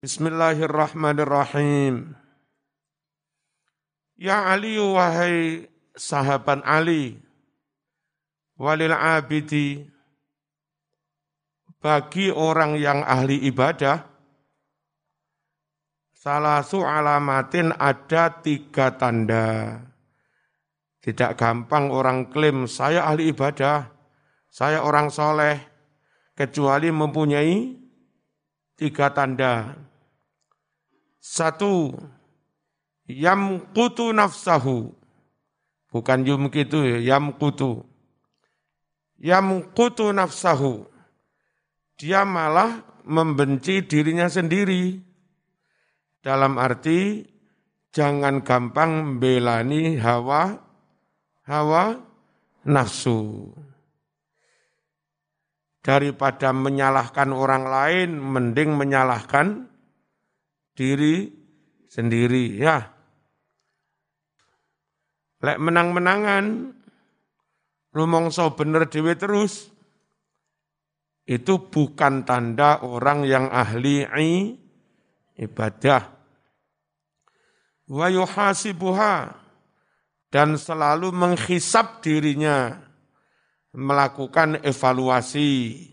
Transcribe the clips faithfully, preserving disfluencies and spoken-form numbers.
Bismillahirrahmanirrahim. Ya Ali, wahai sahabat Ali, walil abidi, bagi orang yang ahli ibadah, salasu alamatin, ada tiga tanda. Tidak gampang orang klaim, saya ahli ibadah, saya orang soleh, kecuali mempunyai tiga tanda. Satu, yamqutu nafsahu, bukan yumkitu, yamqutu. Yamqutu nafsahu, dia malah membenci dirinya sendiri. Dalam arti, jangan gampang membelani hawa, hawa nafsu. Daripada menyalahkan orang lain, mending menyalahkan diri sendiri, ya. Lek menang-menangan, rumongso bener dewe terus, itu bukan tanda orang yang ahli ibadah. Wa yuhasibuha, dan selalu menghisab dirinya, melakukan evaluasi,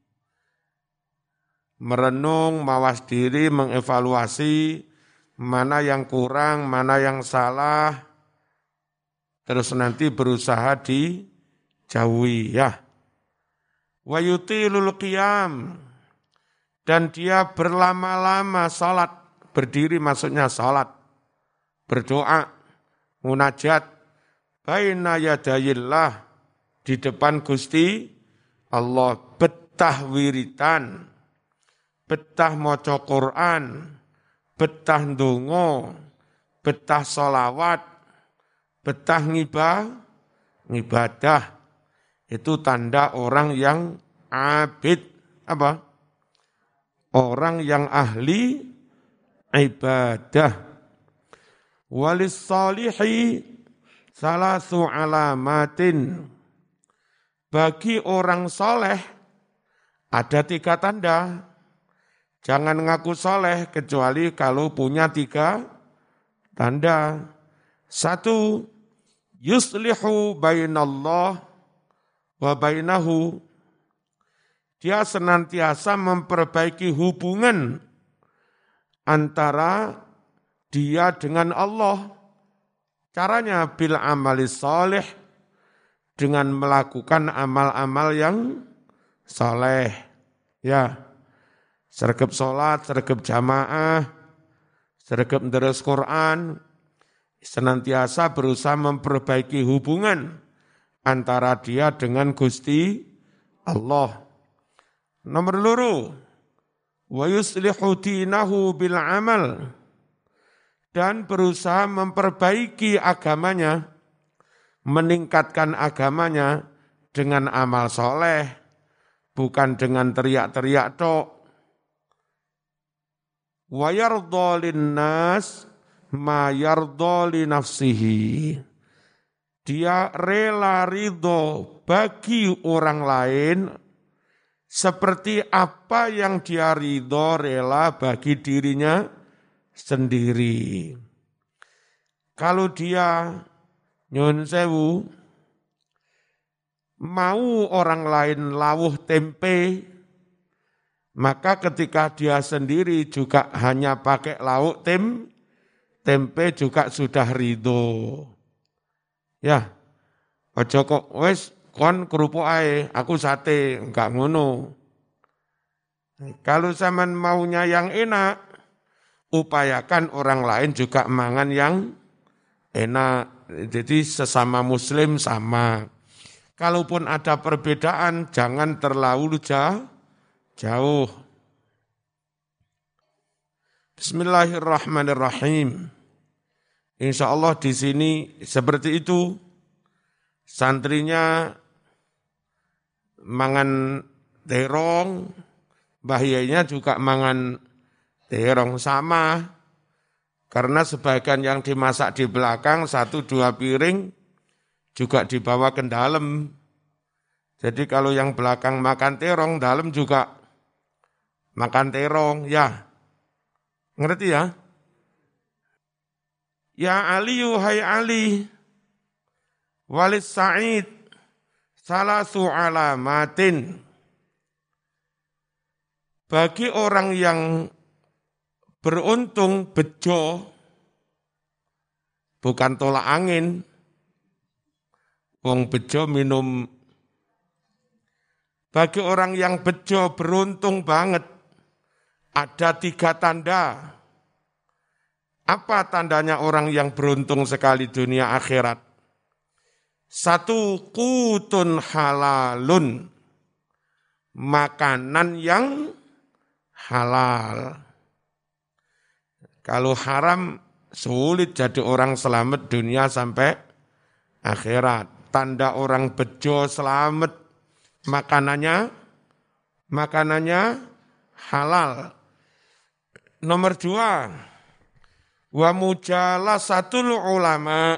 merenung, mawas diri, mengevaluasi mana yang kurang, mana yang salah, terus nanti berusaha dijauhi, ya. Wa yutilul qiyam, dan dia berlama-lama salat, berdiri maksudnya salat, berdoa, munajat, baina yadayillah, di depan Gusti Allah, betah wiritan, betah maca Quran, betah ndonga, betah sholawat, betah ngibah, ngibadah. Itu tanda orang yang abid, apa? Orang yang ahli ibadah. Walis salihi salasu alamatin, bagi orang soleh ada tiga tanda. Jangan ngaku soleh kecuali kalau punya tiga tanda. Satu, yuslihu bainallah wa bainahu, dia senantiasa memperbaiki hubungan antara dia dengan Allah. Caranya bil amali soleh, dengan melakukan amal-amal yang soleh, ya. Sergap sholat, sergap jamaah, sergap deres Quran, senantiasa berusaha memperbaiki hubungan antara dia dengan Gusti Allah. Nomor loro, wa yuslihu dinahu bil amal, dan berusaha memperbaiki agamanya, meningkatkan agamanya dengan amal soleh, bukan dengan teriak-teriak tok. Wa yardha linnas ma yardha li nafsihi, dia rela ridho bagi orang lain seperti apa yang dia ridho rela bagi dirinya sendiri. Kalau dia nyun sewu mau orang lain lawuh tempe, maka ketika dia sendiri juga hanya pakai lauk tem, tempe juga sudah ridho. Ya, ojo kok wes kon kerupuk ae, aku sate, enggak ngono. Kalau zaman maunya yang enak, upayakan orang lain juga mangan yang enak. Jadi sesama muslim sama. Kalaupun ada perbedaan, jangan terlalu jauh. Jauh. Bismillahirrahmanirrahim. Insya Allah di sini seperti itu. Santrinya mangan terong, bahayanya juga mangan terong sama. Karena sebagian yang dimasak di belakang, satu dua piring, juga dibawa ke dalam. Jadi kalau yang belakang makan terong, dalam juga makan terong, ya. Ngerti ya? Ya Ali, hai Ali, walis Sa'id, salasu alamatin. Bagi orang yang beruntung bejo, bukan tolak angin, wong bejo minum. Bagi orang yang bejo beruntung banget, ada tiga tanda. Apa tandanya orang yang beruntung sekali dunia akhirat? Satu, qutun halalun, makanan yang halal. Kalau haram, sulit jadi orang selamat dunia sampai akhirat. Tanda orang bejo selamat, makanannya, makanannya halal. Nomor dua, wa mujalasatul ulama,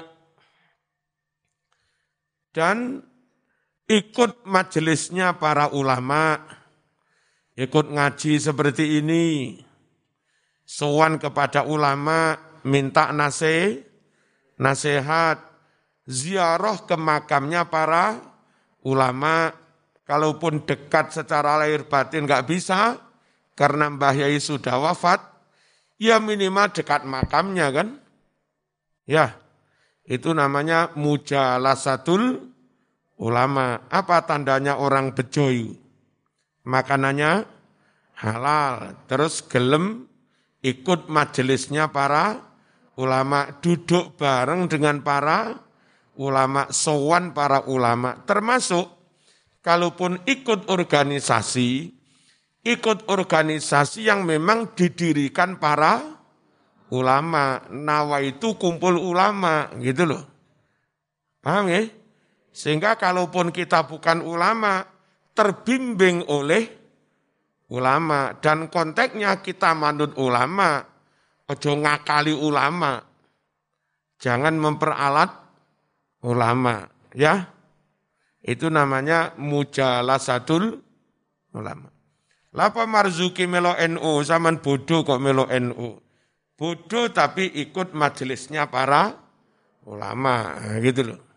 dan ikut majelisnya para ulama, ikut ngaji seperti ini, sowan kepada ulama, minta nase, nasihat, ziarah ke makamnya para ulama, kalaupun dekat secara lahir batin nggak bisa, karena Mbah Yai sudah wafat, ya minimal dekat makamnya kan, ya. Itu namanya mujalasatul ulama. Apa tandanya orang bejoy? Makanannya halal. Terus gelem ikut majelisnya para ulama. Duduk bareng dengan para ulama. Sowan para ulama. Termasuk kalaupun ikut organisasi, ikut organisasi yang memang didirikan para ulama, nawa itu kumpul ulama, gitu loh. Paham ya? Sehingga kalaupun kita bukan ulama, terbimbing oleh ulama. Dan konteksnya kita manut ulama, ojo ngakali ulama. Jangan memperalat ulama, ya. Itu namanya mujalasatul ulama. Lapa Marzuki melo N U, zaman bodoh kok melo N U. Bodoh tapi ikut majelisnya para ulama, gitu loh.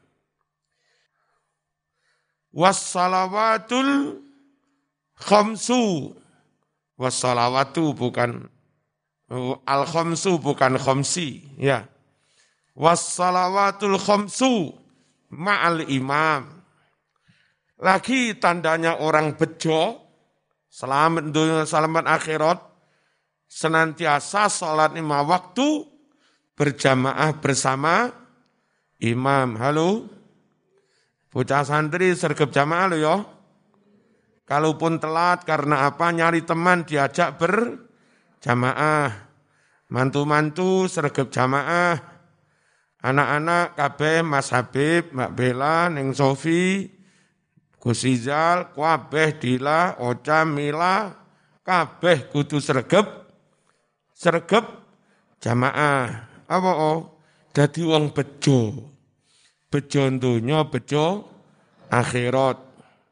Wassalawatul khamsu. Wassalawatu bukan, al-khamsu bukan khamsi, ya. Wassalawatul khamsu ma'al imam. Lagi tandanya orang bejo, selamat dunia, selamat akhirat, senantiasa sholat lima waktu berjamaah bersama imam. Halo, bocah santri sergap jamaah lo yo. Kalaupun telat karena apa, nyari teman diajak berjamaah. Mantu-mantu sergap jamaah. Anak-anak kabeh Mas Habib, Mbak Bella, Neng Sofi, Gus Rizal, kabeh Dila, Ocha, Mila, kabeh kudu sergap sergep jamaah. Apa oh? Dadi wong bejo. Bejo dunya, bejo akhirat.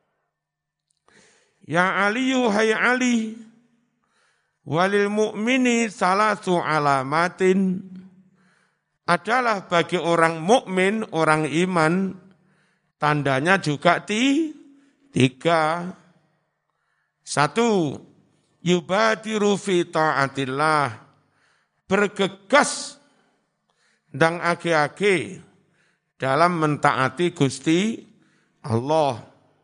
Ya Ali, hai Ali, walil mu'mini salasu alamatin. Adalah bagi orang mukmin, orang iman, tandanya juga ti, tiga. Satu, yubadiru fi ta'atillah, bergegas dan age-age dalam mentaati Gusti Allah.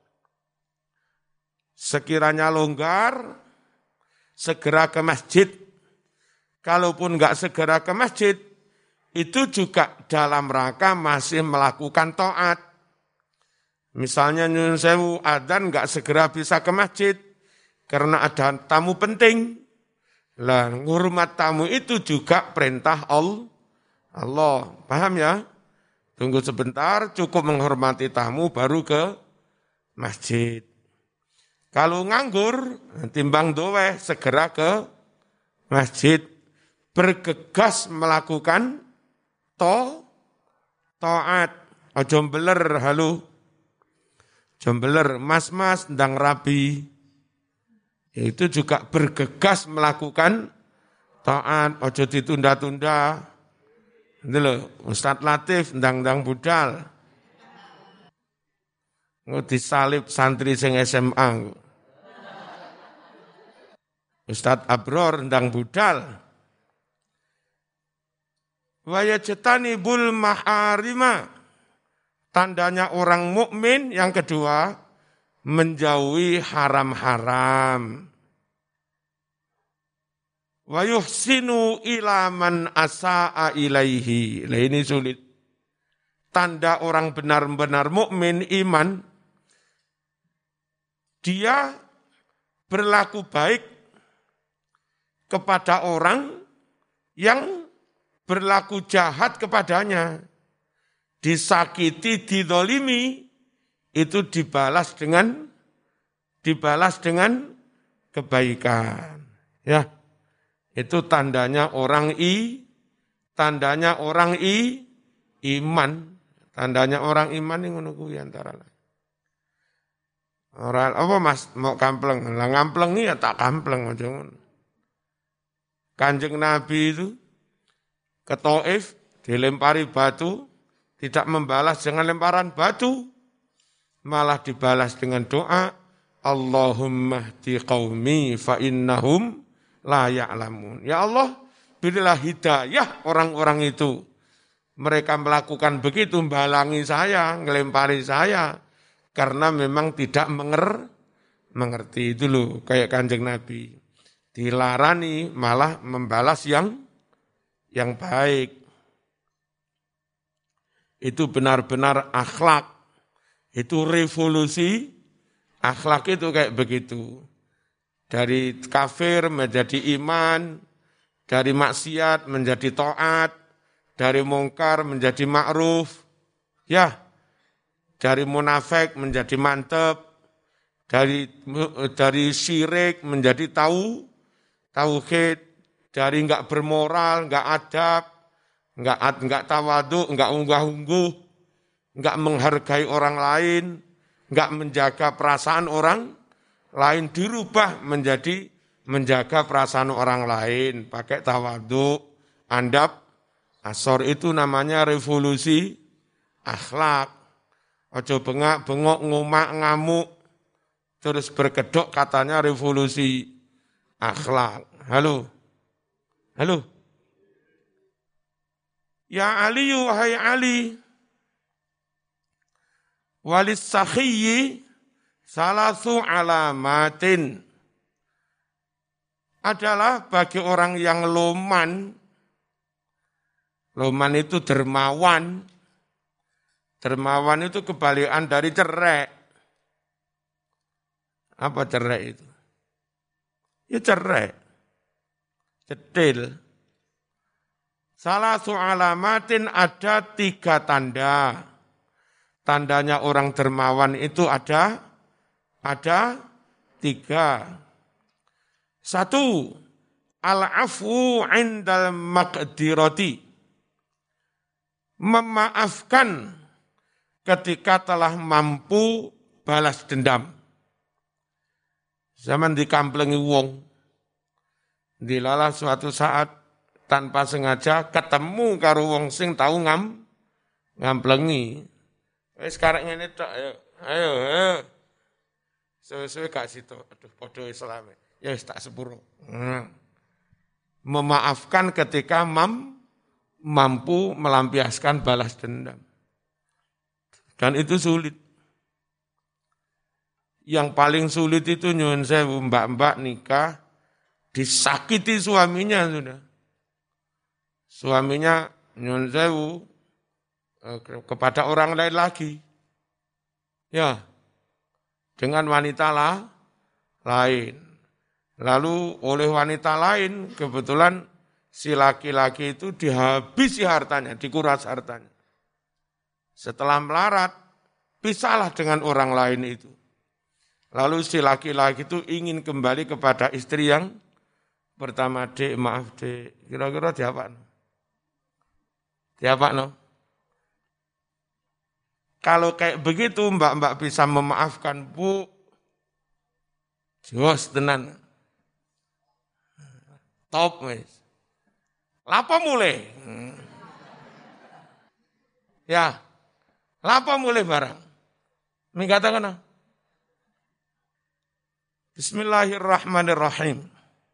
Sekiranya longgar, segera ke masjid. Kalaupun enggak segera ke masjid, itu juga dalam rangka masih melakukan taat. Misalnya nyun sewu adzan enggak segera bisa ke masjid, karena ada tamu penting. Lah, ngurmat tamu itu juga perintah Allah. Allah, paham ya? Tunggu sebentar, cukup menghormati tamu baru ke masjid. Kalau nganggur, timbang dowe, segera ke masjid. Bergegas melakukan to, taat. Ojo beler, halo. Jombeler, mas-mas, ndang rabi. Itu juga bergegas melakukan taat, ojo ditunda-tunda. Itu loh, Ustadz Latif, ndang-ndang budal. Nggak disalib santri sing S M A. Ustadz Abror, ndang budal. Wayajtani bul maharima. Tandanya orang mukmin yang kedua, menjauhi haram-haram. Wa yuhsinu ila man asa'a ilaihi. Nah, ini sulit. Tanda orang benar-benar mukmin iman, dia berlaku baik kepada orang yang berlaku jahat kepadanya. Disakiti, didolimi, itu dibalas dengan dibalas dengan kebaikan. Ya. Itu tandanya orang i, tandanya orang i, iman. Tandanya orang iman yang ngono kuwi antara lain. Orang apa Mas mau kampleng? Lah ngampleng ya tak kampleng aja ngono. Kanjeng Nabi itu ke Taif dilempari batu, tidak membalas dengan lemparan batu, malah dibalas dengan doa, Allahumma hdi qaumi fa innahum la ya'lamun. Ya Allah, berilah hidayah orang-orang itu. Mereka melakukan begitu, membalangi saya, ngelempari saya, karena memang tidak menger, mengerti. Itu loh, kayak Kanjeng Nabi. Dilarani malah membalas yang yang baik. Itu benar-benar akhlak. Itu revolusi, akhlak itu kayak begitu. Dari kafir menjadi iman, dari maksiat menjadi taat, dari mungkar menjadi ma'ruf, ya, dari munafik menjadi mantep, dari dari syirik menjadi tahu, tauhid, dari enggak bermoral, enggak adab, enggak enggak tawadhu, enggak unggah-ungguh, enggak menghargai orang lain, enggak menjaga perasaan orang lain, dirubah menjadi menjaga perasaan orang lain, pakai tawadhu, adab, asor. Itu namanya revolusi akhlak. Ojo bengak, bengok, ngumak, ngamuk, terus berkedok, katanya revolusi akhlak. Halo? Halo? Ya Ali, wahai Ali, walis sakhiyyi salasu alamatin. Adalah bagi orang yang loman, loman itu dermawan, dermawan itu kebalikan dari cerek. Apa cerek itu? Ya cerek, cetil. Salasu alamatin, ada tiga tanda. Tandanya orang dermawan itu ada, ada tiga. Satu, al-afu indal maqdirati. Memaafkan ketika telah mampu balas dendam. Zaman dikamplengi wong, dilala suatu saat tanpa sengaja ketemu karo wong sing tahu ngam ngamplengi. Wis sekarang ini tok, ayo, ayo, ayo. Suwe-suwe gak situ, aduh podo Islam. Ya wis tak sepuro. Hmm. Memaafkan ketika mam, mampu melampiaskan balas dendam. Dan itu sulit. Yang paling sulit itu nyuwun sewu, mbak-mbak nikah, disakiti suaminya sudah. Suaminya nyuwun sewu kepada orang lain lagi. Ya, dengan wanita lah, lain. Lalu oleh wanita lain, kebetulan si laki-laki itu dihabisi hartanya, dikuras hartanya. Setelah melarat, pisahlah dengan orang lain itu. Lalu si laki-laki itu ingin kembali kepada istri yang pertama. Dek, maaf dek, kira-kira diapa? Diapa no? Kalau kayak begitu mbak-mbak bisa memaafkan, bu, jos tenan. Top, mas. Lapo mulai? Ya, lapo mulai barang? Mengatakan Bismillahirrahmanirrahim.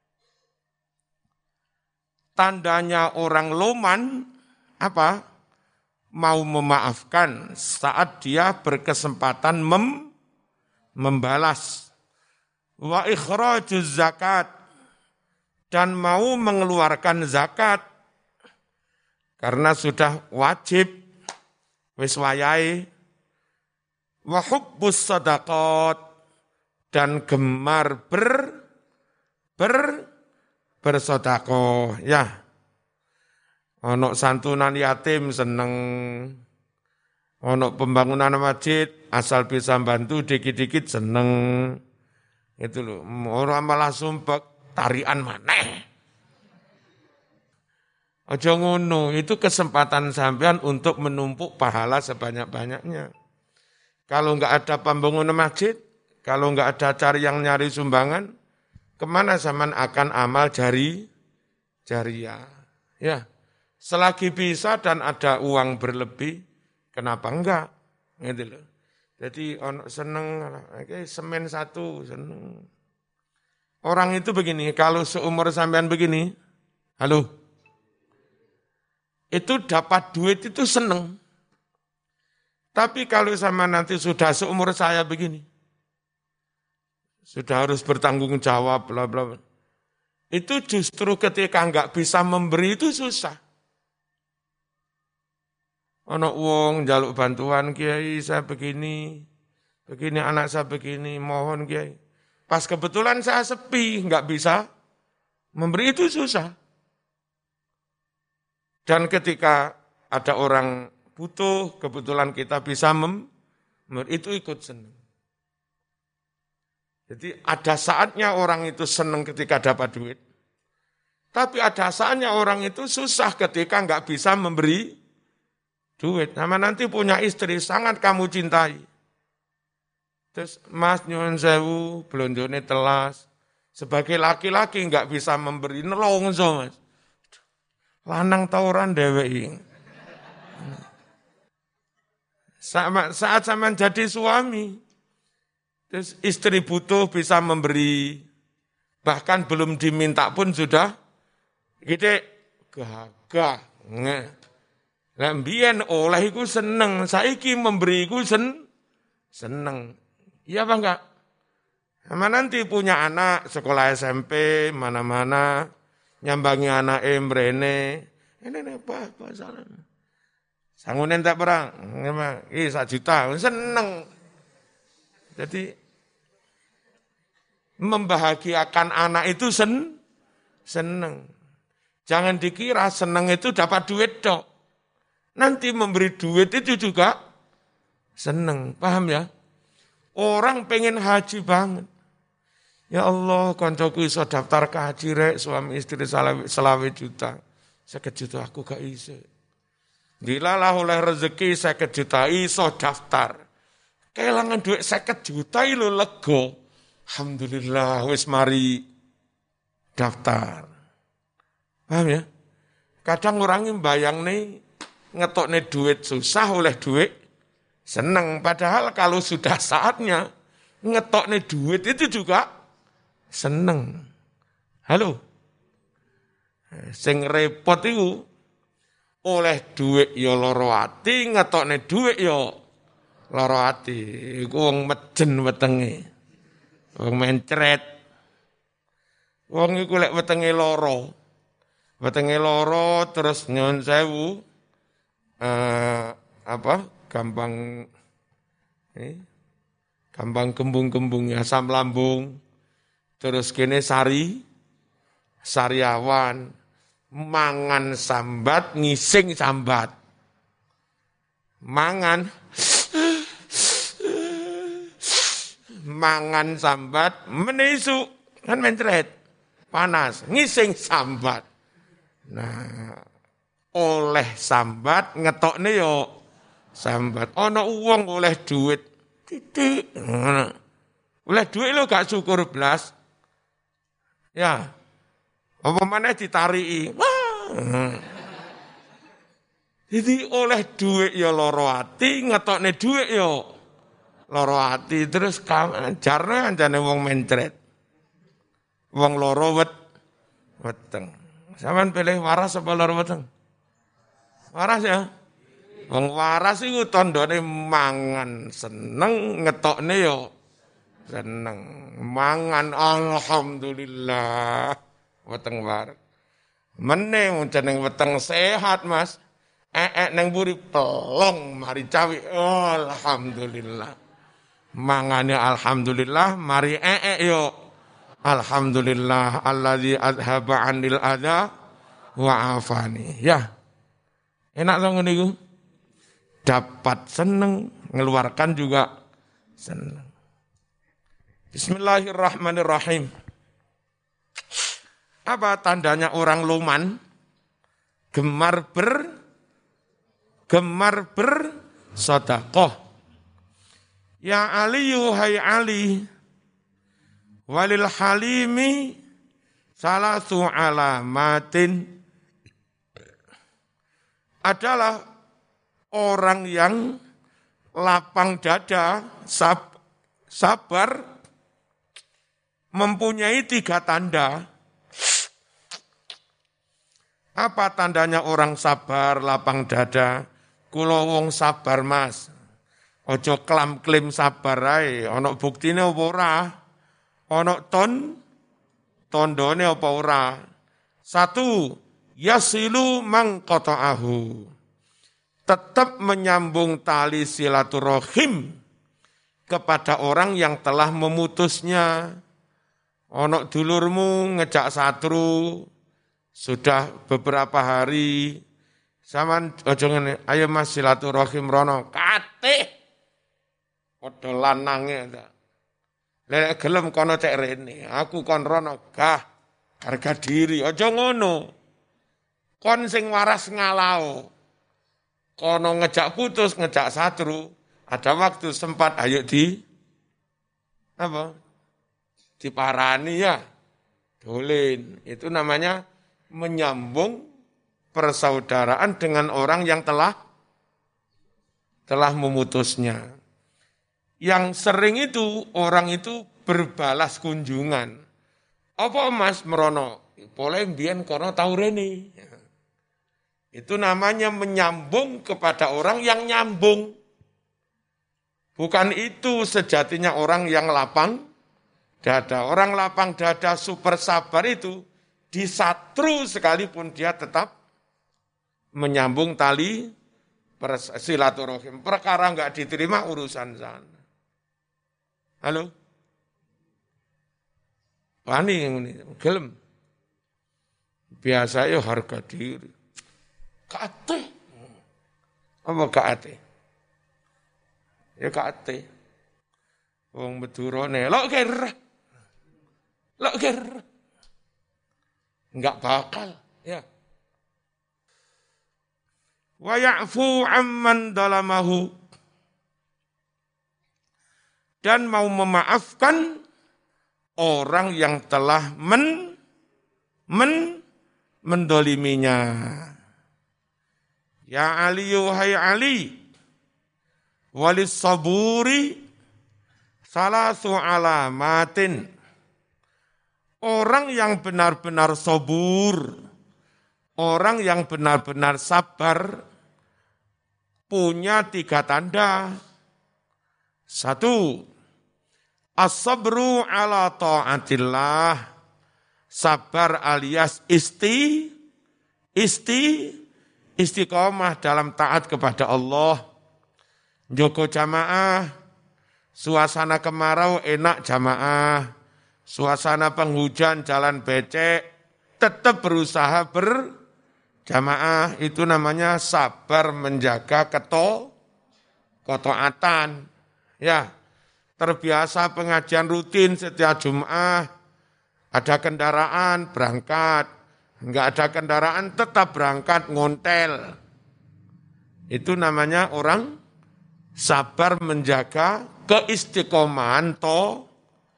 Tandanya orang loman apa? Mau memaafkan saat dia berkesempatan mem, membalas. Wa ikhrajuz zakat, dan mau mengeluarkan zakat karena sudah wajib wis wayahe. Wa hubbus sadaqat, dan gemar ber ber bersedekah. Ya. Ono santunan yatim seneng. Ono pembangunan masjid asal bisa bantu dikit-dikit seneng. Itu loh, orang malah sumpek tarian maneh. Aja ngono, itu kesempatan sampean untuk menumpuk pahala sebanyak-banyaknya. Kalau enggak ada pembangunan masjid, kalau enggak ada cari yang nyari sumbangan, kemana zaman akan amal jari jariah? Ya, selagi bisa dan ada uang berlebih, kenapa enggak? Gitu loh. Jadi ono seneng, okay, semen satu seneng. Orang itu begini, kalau seumur sampean begini, halo, itu dapat duit itu seneng. Tapi kalau sama nanti sudah seumur saya begini, sudah harus bertanggung jawab, bla bla. Itu justru ketika enggak bisa memberi itu susah. Ono wong njaluk bantuan, Kiai saya begini, begini anak saya begini, mohon Kiai. Pas kebetulan saya sepi, enggak bisa memberi itu susah. Dan ketika ada orang butuh, kebetulan kita bisa mem, itu ikut senang. Jadi ada saatnya orang itu senang ketika dapat duit. Tapi ada saatnya orang itu susah ketika enggak bisa memberi duit. Sama nanti punya istri sangat kamu cintai. Terus Mas nyuwun sewu, blonjone telas. Sebagai laki-laki enggak bisa memberi nelongso Mas. Lanang tauran dheweke. Saat, saat sampean jadi suami, terus istri butuh bisa memberi, bahkan belum diminta pun sudah, gitu gagah. Lah mbiyen oleh iku seneng, saiki memberi iku sen seneng. Iya apa enggak? Sama nanti punya anak sekolah S M P mana-mana, nyambangi anak mrene. Ini apa apa salah. Sangunen tak perang, ih sak juta, seneng. Jadi membahagiakan anak itu sen seneng. Jangan dikira seneng itu dapat duit dok. Nanti memberi duit itu juga seneng, paham ya? Orang pengen haji banget. Ya Allah, koncoku iso daftar ke haji rek, suami istri selawe juta. Seket juta aku gak iso. Dilalah oleh rezeki seket juta iso daftar. Kehilangan duit seket juta lo lego. Alhamdulillah wis mari daftar. Paham ya? Kadang orang yang bayang nih ngetokne duit susah oleh duit seneng. Padahal kalau sudah saatnya ngetokne duit itu juga seneng. Halo? Sing repot itu oleh duit ya loro ati, ngetokne duit ya loro ati. Iku wong mejen wetenge. Wong mencret. Wong iku lek wetenge loro. Wetenge loro terus nyuwun sewu eh, apa? Gampang eh, gampang kembung-kembung asam lambung. Terus kene sari sariawan, mangan sambat, ngising sambat. Mangan mangan sambat, menisu kan mencret, panas, ngising sambat. Nah, oleh sambat ngetokne yo sambat. Ana wong oleh duit titik. Oleh duit lo gak syukur blas. Ya. Apa maneh ditariki. Wah, Jadi oleh duit ya loro ati, ngetokne duit ya loro ati, terus jarne anjane wong mencret. Wong loro wet weteng. Sampeyan pilih waras apa loro weteng? Waras ya. Wong waras iku tandane mangan seneng, ngetokne ya seneng. Mangan alhamdulillah weteng waras. Meneh jeneng weteng sehat, Mas. Ee neng buri pelong mari cawi alhamdulillah. Mangane alhamdulillah mari ee yo. Alhamdulillah alladzi adhaba 'anil adza wa afani. Ya. Enak dong niku. Dapat seneng, ngeluarkan juga seneng. Bismillahirrahmanirrahim. Apa tandanya orang luman? Gemar ber Gemar bersedekah. Ya Ali, hai Ali, walil halimi salatu alamatin. Adalah orang yang lapang dada, sab, sabar, mempunyai tiga tanda. Apa tandanya orang sabar, lapang dada? Kula wong sabar, Mas. Ojo klam-klim sabar ae, ana buktine apa ora? Ana ton tandane apa ora? Satu, yasilu mang qata'ahu. Tetap menyambung tali silaturahim kepada orang yang telah memutusnya. Ana dulurmu ngejak satru sudah beberapa hari. Saman ojo ngene, ayo Mas silaturahim rono, katih. Padha lanange ta. Lek gelem kono cek rene, aku kon rono gah harga diri, aja ngono. Kon sing waras ngalao. Kono ngejak putus, ngejak satru, ada waktu sempat ayo di apa? Diparani ya. Dolin, itu namanya menyambung persaudaraan dengan orang yang telah telah memutusnya. Yang sering itu orang itu berbalas kunjungan. Apa Mas merono? Boleh mbiyen kono tau rene. Itu namanya menyambung kepada orang yang nyambung. Bukan itu sejatinya orang yang lapang dada. Orang lapang dada super sabar itu di satru sekalipun dia tetap menyambung tali silaturahim. Perkara enggak diterima urusan sana. Halo? Wani ini, gelem. Biasa ya harga diri. Kate. Apa kate? Ya kate. Wong Madurane, lok ger. Lok ger. Enggak bakal, ya. Wa ya'fu amman dalamahu. Dan mau memaafkan orang yang telah men men mendoliminya. Ya Ali, hai Ali, walis saburi salasu alamatin. Orang yang benar-benar sabur, orang yang benar-benar sabar, punya tiga tanda. Satu, as-sabru ala ta'atillah, sabar alias isti, isti, istiqomah dalam taat kepada Allah. Joko jamaah, suasana kemarau enak jamaah, suasana penghujan jalan becek, tetap berusaha berjamaah. Itu namanya sabar menjaga keto, ketaatan. Ya, terbiasa pengajian rutin setiap Jumat, ada kendaraan berangkat, enggak ada kendaraan tetap berangkat ngontel. Itu namanya orang sabar menjaga keistiqomahan to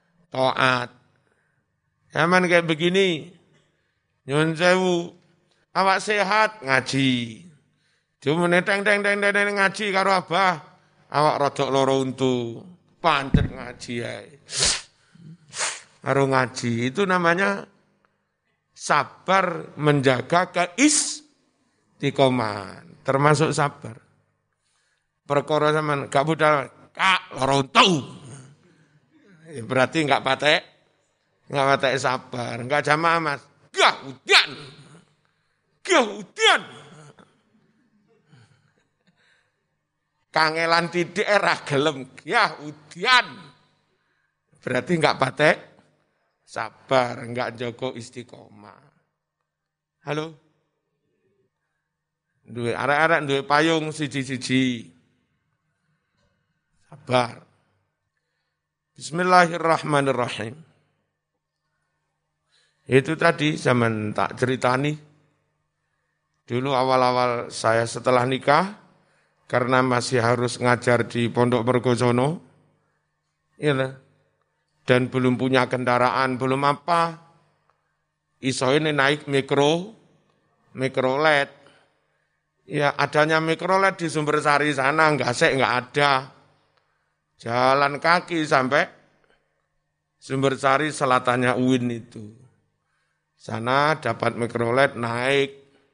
taat. Zaman kayak begini, nyun sewu, Awak sehat ngaji. Cuma teng teng teng teng ngaji karo abah. Awak rodok loro untu. Pancet ngaji ae. Karo ngaji itu namanya sabar menjaga keistiqomahan. Termasuk sabar. Perkara sampean gak budal kak loro untu. Ya berarti enggak patek. Enggak patek sabar, enggak jamaah Mas. Gah udan. Gah udan. Kangelan titik era gelem, ya udian. Berarti enggak patek sabar, enggak jaga istiqomah. Halo? Duwe arek-arek duwe payung siji-siji. Sabar. Bismillahirrahmanirrahim. Itu tadi zaman tak ceritani. Dulu awal-awal saya setelah nikah, karena masih harus ngajar di Pondok Mergosono, ya, dan belum punya kendaraan, belum apa, iso ini naik mikro, mikrolet. Ya adanya mikrolet di Sumbersari sana, enggak sek, enggak ada. Jalan kaki sampai Sumbersari selatannya U I N itu. Sana dapat mikrolet naik,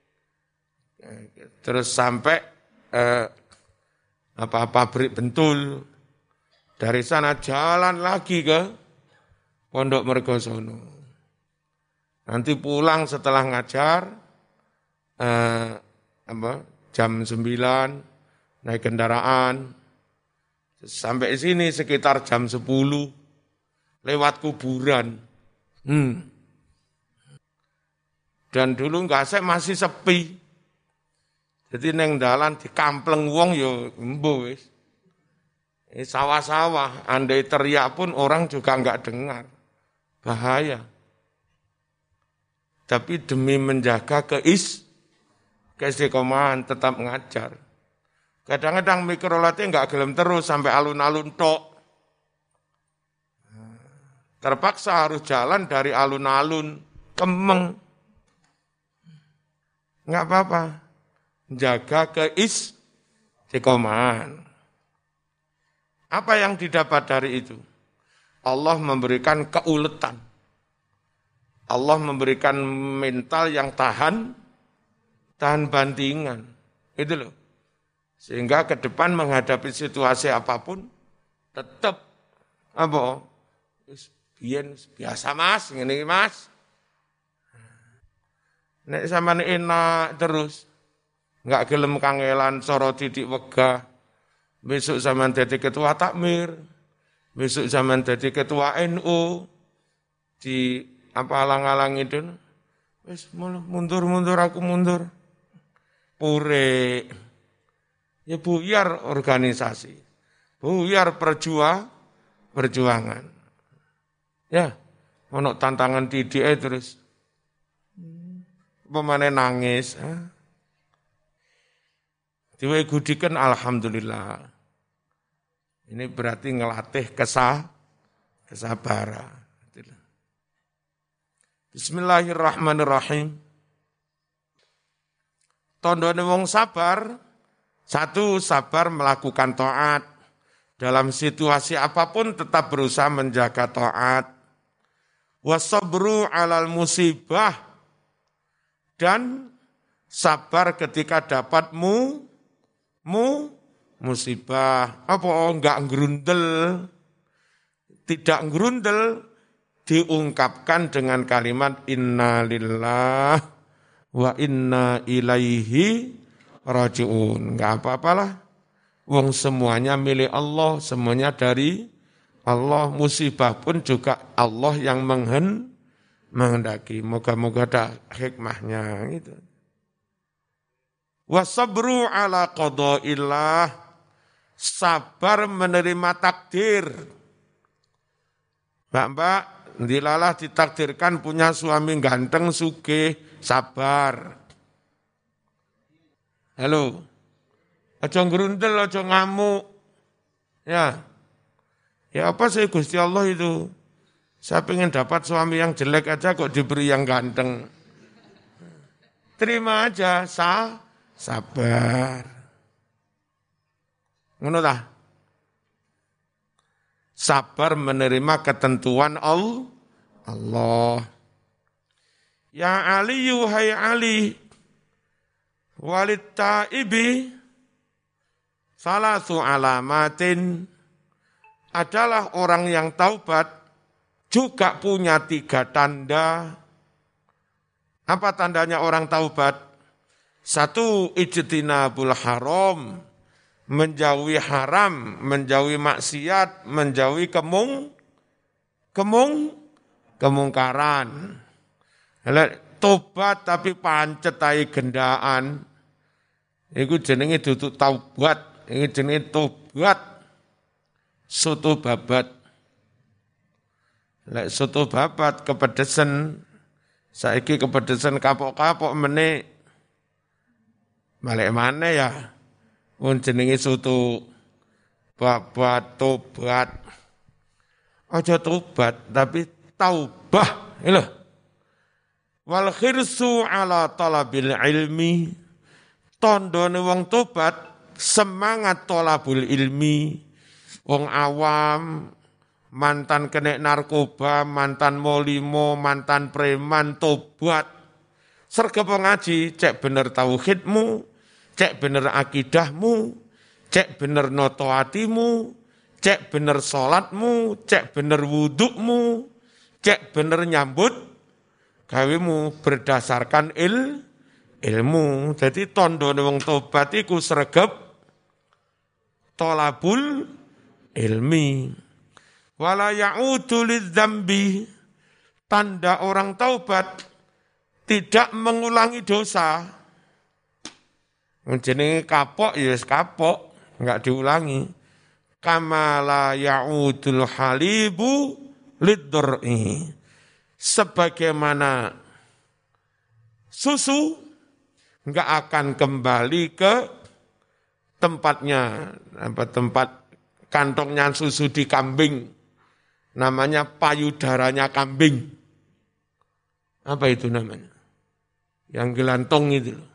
terus sampai eh, apa pabrik Bentul. Dari sana jalan lagi ke Pondok Mergosono. Nanti pulang setelah ngajar eh, apa, jam sembilan naik kendaraan. Sampai sini sekitar jam sepuluh lewat kuburan. Hmm. Dan dulu enggak saya masih sepi. Jadi neng dalan dikampleng wong yo embo wis. Eh, sawah-sawah, andai teriak pun orang juga enggak dengar. Bahaya. Tapi demi menjaga keis keistiqomahan tetap ngajar. Kadang-kadang mikroletnya enggak gelem terus sampai alun-alun tok. Terpaksa harus jalan dari alun-alun Kemeng. Enggak apa-apa. Jaga keistiqomahan. Apa yang didapat dari itu? Allah memberikan keuletan. Allah memberikan mental yang tahan, tahan bantingan. Itu loh. Sehingga ke depan menghadapi situasi apapun, tetap apa? Biasa mas, ini mas. Nek sampean enak terus, enggak gelem kangelan soro titik wegah. Besok sampean dadi ketua takmir, besok sampean dadi ketua N U di apa alang-alang itu. Wis mundur-mundur aku mundur. Pure. Ya buyar organisasi. Buyar perjuang perjuangan. Ya, ono tantangan tidik terus. Pemane nangis. Diwe gudikan alhamdulillah. Ini berarti ngelatih kesah, kesabaran. Bismillahirrahmanirrahim. Tandane wong sabar, satu sabar melakukan taat. Dalam situasi apapun tetap berusaha menjaga taat. Wasabru alal musibah. Dan sabar ketika dapat mu, mu, musibah. Apa oh, enggak ngerundel, tidak ngerundel, diungkapkan dengan kalimat inna lillah wa inna ilaihi raji'un. Enggak apa-apalah. Wong semuanya milik Allah, semuanya dari Allah. Musibah pun juga Allah yang menghen, menghendaki. Moga-moga ada hikmahnya gitu. Wasabru ala qadaillah, sabar menerima takdir. Mbak-mbak, dilalah ditakdirkan punya suami ganteng, sugih, sabar. Halo, aja ngerundel, aja ngamuk. Ya, ya apa sih Gusti Allah itu? Saya pengen dapat suami yang jelek aja kok diberi yang ganteng. terima aja, sa, sabar. Ngono ta? Sabar menerima ketentuan Allah. Ya Ali, yuhai Ali, walid taibi, salasu alamatin, adalah orang yang taubat juga punya tiga tanda. Apa tandanya orang taubat? Satu, ijtinabul haram, menjauhi haram, menjauhi maksiat, menjauhi kemung, kemung, kemungkaran. Tobat tapi pancet ae gendaan. Iku jenenge dudu taubat, iki jenenge tobat. Soto babat. Lek soto babat kepedesan, saiki kepedesan kapok-kapok meneh. Balik mana ya? Mun jenenge soto babat tobat. Aja tobat tapi taubah, lho. Wal khirsu ala talabil ilmi, tandane wong tobat semangat talabul ilmi. Wong awam, mantan kena narkoba, mantan molimo, mantan preman, tobat. Sergap ngaji, cek bener tauhidmu, cek bener akidahmu, cek bener noto hatimu, cek bener sholatmu, cek bener wudukmu, cek bener nyambut gawimu berdasarkan il, ilmu. Jadi tandane wong tobat iku sregep tolabul ilmi. Wala ya'udu lidzambi, tanda orang taubat tidak mengulangi dosa. Jenenge kapok ya wis kapok, enggak diulangi. Kama la ya'udul halibu liddur'i, sebagaimana susu enggak akan kembali ke tempatnya, apa tempat kantongnya susu di kambing, namanya payudaranya kambing. Apa itu namanya? Yang gelantong itu loh.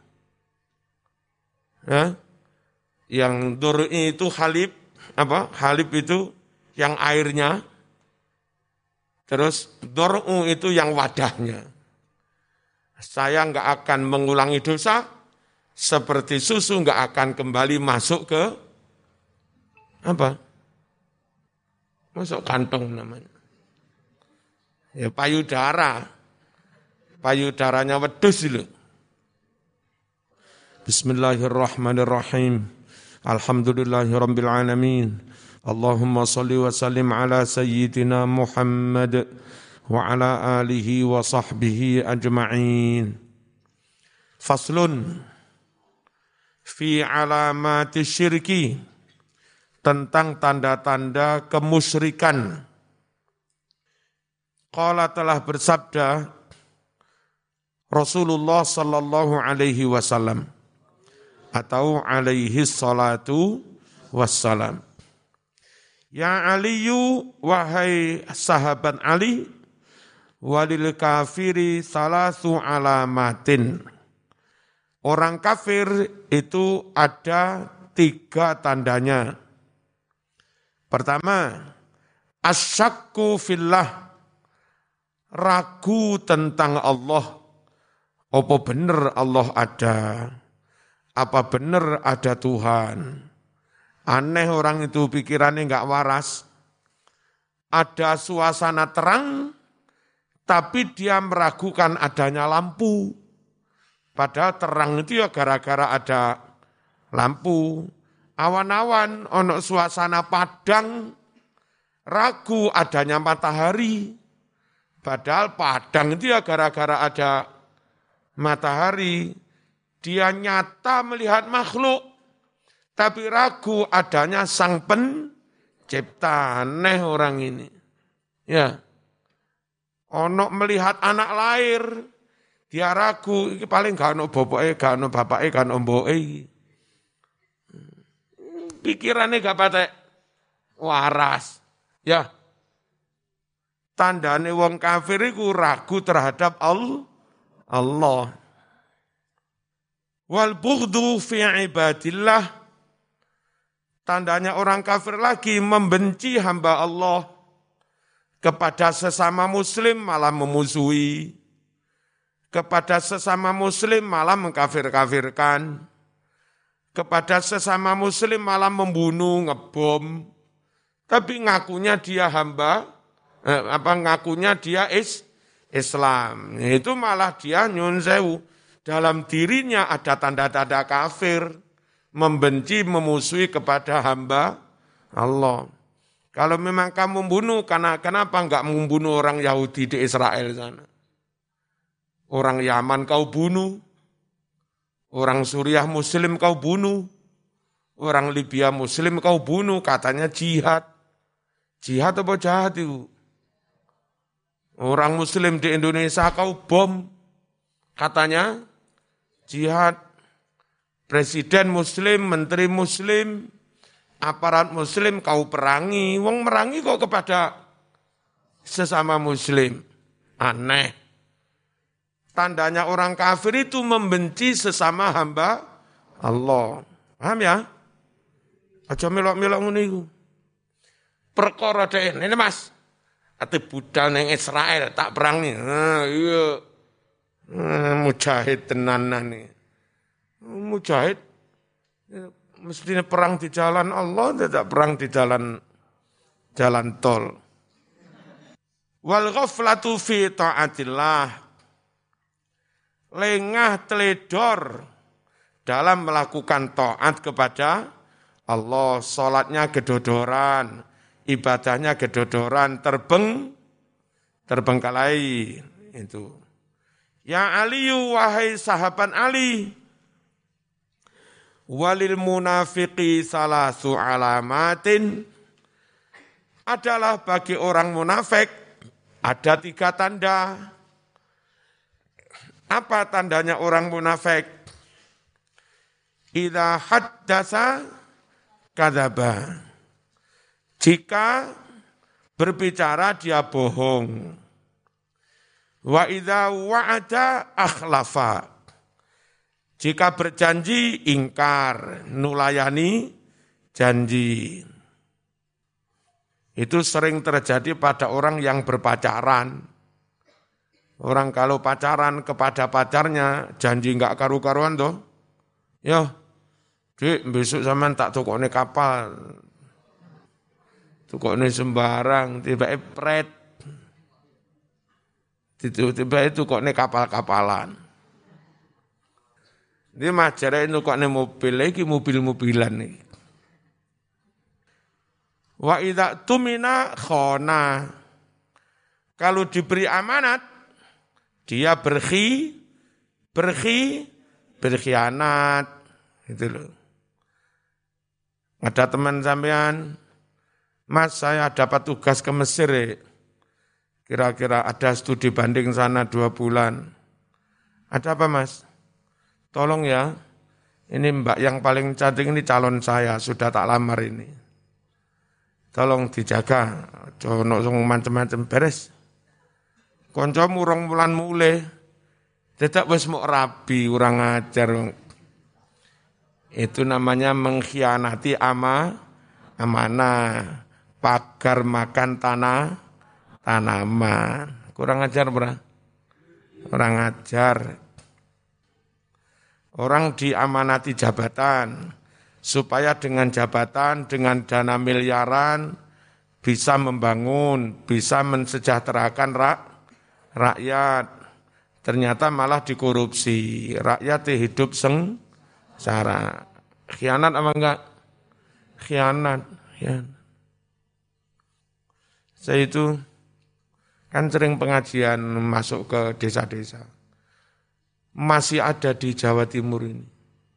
Hah? Yang dur'i itu halib, apa? Halib itu yang airnya. Terus dor'u itu yang wadahnya. Saya enggak akan mengulangi dosa, seperti susu enggak akan kembali masuk ke apa? Masuk kantong namanya. Ya payudara. Payudaranya wedhus lho. Bismillahirrahmanirrahim. Alhamdulillahirabbil alamin. Allahumma salli wa sallim ala sayyidina Muhammad wa ala alihi wa sahbihi ajma'in. Faslun fi alamati syirki, tentang tanda-tanda kemusyrikan. Qala telah bersabda Rasulullah sallallahu alaihi wasallam atau alaihi salatu wassalam. Ya Aliyu, wahai sahabat Ali, walil kafiri salasu alamatin. Orang kafir itu ada tiga tandanya. Pertama, asyakku fillah, ragu tentang Allah. Apa benar Allah ada? Apa benar ada Tuhan? Aneh orang itu pikirannya enggak waras. Ada suasana terang, tapi dia meragukan adanya lampu. Padahal terang itu ya gara-gara ada lampu. Awan-awan, ono suasana padang, ragu adanya matahari. Padahal padang itu ya gara-gara ada matahari. Dia nyata melihat makhluk, tapi ragu adanya sang pencipta. Aneh orang ini. Ya. Ono melihat anak lahir, dia ragu, ini paling gak ono bopoke, gak ono bapake, gak ono mboke. Pikirannya gak patek waras. Ya. Tandane wong kafir iku ragu terhadap Allah. Wal bughdu fi ibadillah, tandanya orang kafir lagi membenci hamba Allah, kepada sesama muslim malah memusuhi, kepada sesama muslim malah mengkafir-kafirkan, kepada sesama muslim malah membunuh, ngebom, tapi ngakunya dia hamba, eh, apa ngakunya dia is, Islam. Itu malah dia nyun sewu. Dalam dirinya ada tanda-tanda kafir, membenci, memusuhi kepada hamba Allah. Kalau memang kamu membunuh, karena kenapa enggak membunuh orang Yahudi di Israel sana? Orang Yaman kau bunuh, orang Suriah Muslim kau bunuh, orang Libya Muslim kau bunuh, katanya jihad. Jihad apa jahat itu? Orang Muslim di Indonesia kau bom, katanya jihad. Presiden Muslim, Menteri Muslim, aparat Muslim kau perangi. Wong merangi kok kepada sesama Muslim. Aneh. Tandanya orang kafir itu membenci sesama hamba Allah. Paham ya? Aja melok-melok ngene iku. Perkara dhek ini Mas. Ate budal ning Israel tak perangi. Nah, iya. Hmm, mujahid tenanan nih. Mujahid mestinya perang di jalan Allah, tidak perang di jalan jalan tol. Wal ghaflatu fi taatillah, lengah teledor dalam melakukan taat kepada Allah, salatnya gedodoran, ibadahnya gedodoran, terbeng terbengkalai itu. Ya Aliyu, wahai sahabat Ali, walil munafiqi salasu alamatin, adalah bagi orang munafik ada tiga tanda. Apa tandanya orang munafik? Idza haddasa kadzaba, jika berbicara dia bohong. Wa idza wa'ada akhlafa, jika berjanji ingkar, nulayani janji. Itu sering terjadi pada orang yang berpacaran. Orang kalau pacaran kepada pacarnya, janji enggak karu-karuan toh. Yo, Dik, besok sampean tak tukokne kapal. Tukokne sembarang, tiba-tiba pret. Tiba-tiba itu kok ini kapal-kapalan. Ini majarnya itu kok ini mobil, lagi mobil-mobilan nih. Wa idza tumina khona, kalau diberi amanat, dia berkhi, berkhi, berkhianat. Itu loh. Ada teman sampean, Mas saya dapat tugas ke Mesir ya. Kira-kira ada studi banding sana dua bulan. Ada apa Mas? Tolong ya, ini Mbak yang paling cantik ini calon saya, sudah tak lamar ini. Tolong dijaga, jono macam-macam beres. Konco murong bulan mule, tidak wis mau rabi, urang ajar. Itu namanya mengkhianati ama, amanah, pagar makan tanah, tanaman. Kurang ajar, bro. Kurang ajar. Orang diamanati jabatan, supaya dengan jabatan, dengan dana miliaran, bisa membangun, bisa mensejahterakan rak, rakyat. Ternyata malah dikorupsi. Rakyat hidup sengsara. Khianat apa enggak? Khianat. Khianat. Saya itu kan sering pengajian masuk ke desa-desa. Masih ada di Jawa Timur ini.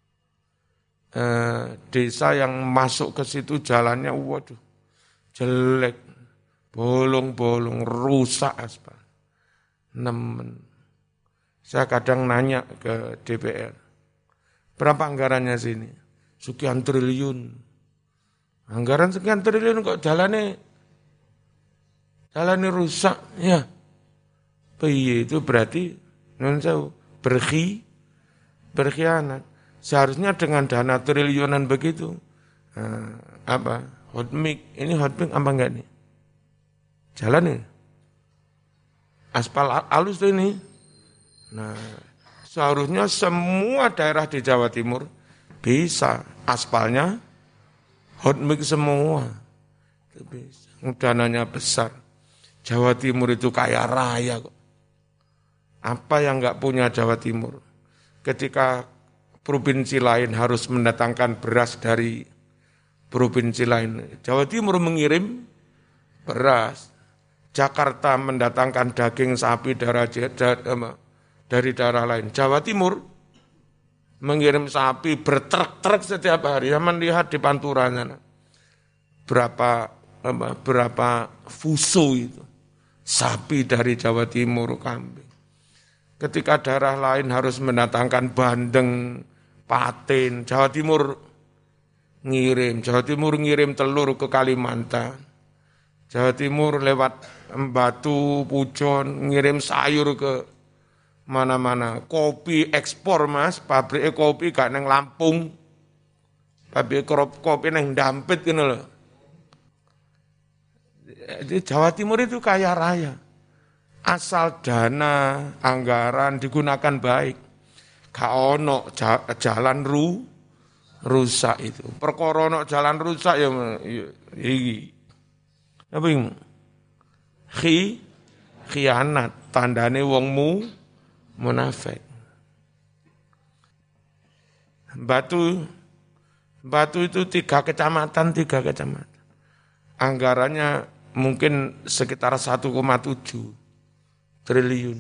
Eh, desa yang masuk ke situ jalannya, waduh, jelek, bolong-bolong, rusak aspal. Nemen. Saya kadang nanya ke D P R, berapa anggarannya sini? Sekian triliun. Anggaran sekian triliun kok jalannya jalannya rusak, ya. Piye itu berarti non sewu berkhi, berkhianat. Seharusnya dengan dana triliunan begitu, nah, apa hot mix, ini hot mix apa enggak nih? Jalan nih, aspal halus tuh ini. Nah, seharusnya semua daerah di Jawa Timur bisa aspalnya hot mix semua. Itu bisa. Dananya besar. Jawa Timur itu kaya raya kok. Apa yang enggak punya Jawa Timur? Ketika provinsi lain harus mendatangkan beras dari provinsi lain, Jawa Timur mengirim beras. Jakarta mendatangkan daging sapi dari, dari daerah lain. Jawa Timur mengirim sapi bertruk-truk setiap hari. Zaman lihat di Pantura sana. Berapa berapa fuso itu. Sapi dari Jawa Timur, kambing. Ketika daerah lain harus mendatangkan bandeng, patin, Jawa Timur ngirim. Jawa Timur ngirim telur ke Kalimantan. Jawa Timur lewat Batu, Pujon, ngirim sayur ke mana-mana. Kopi ekspor mas, pabrik kopi gak neng Lampung. Pabrik kopi neng Dampit gitu loh. Jadi Jawa Timur itu kaya raya. Asal dana, anggaran digunakan baik. Gak ono jalan ru, rusak itu. Perkara ono jalan rusak ya iki. Apa ini? Khi, khianat, tandane wongmu munafik. Batu, Batu itu tiga kecamatan, tiga kecamatan. Anggarannya mungkin sekitar satu koma tujuh triliun.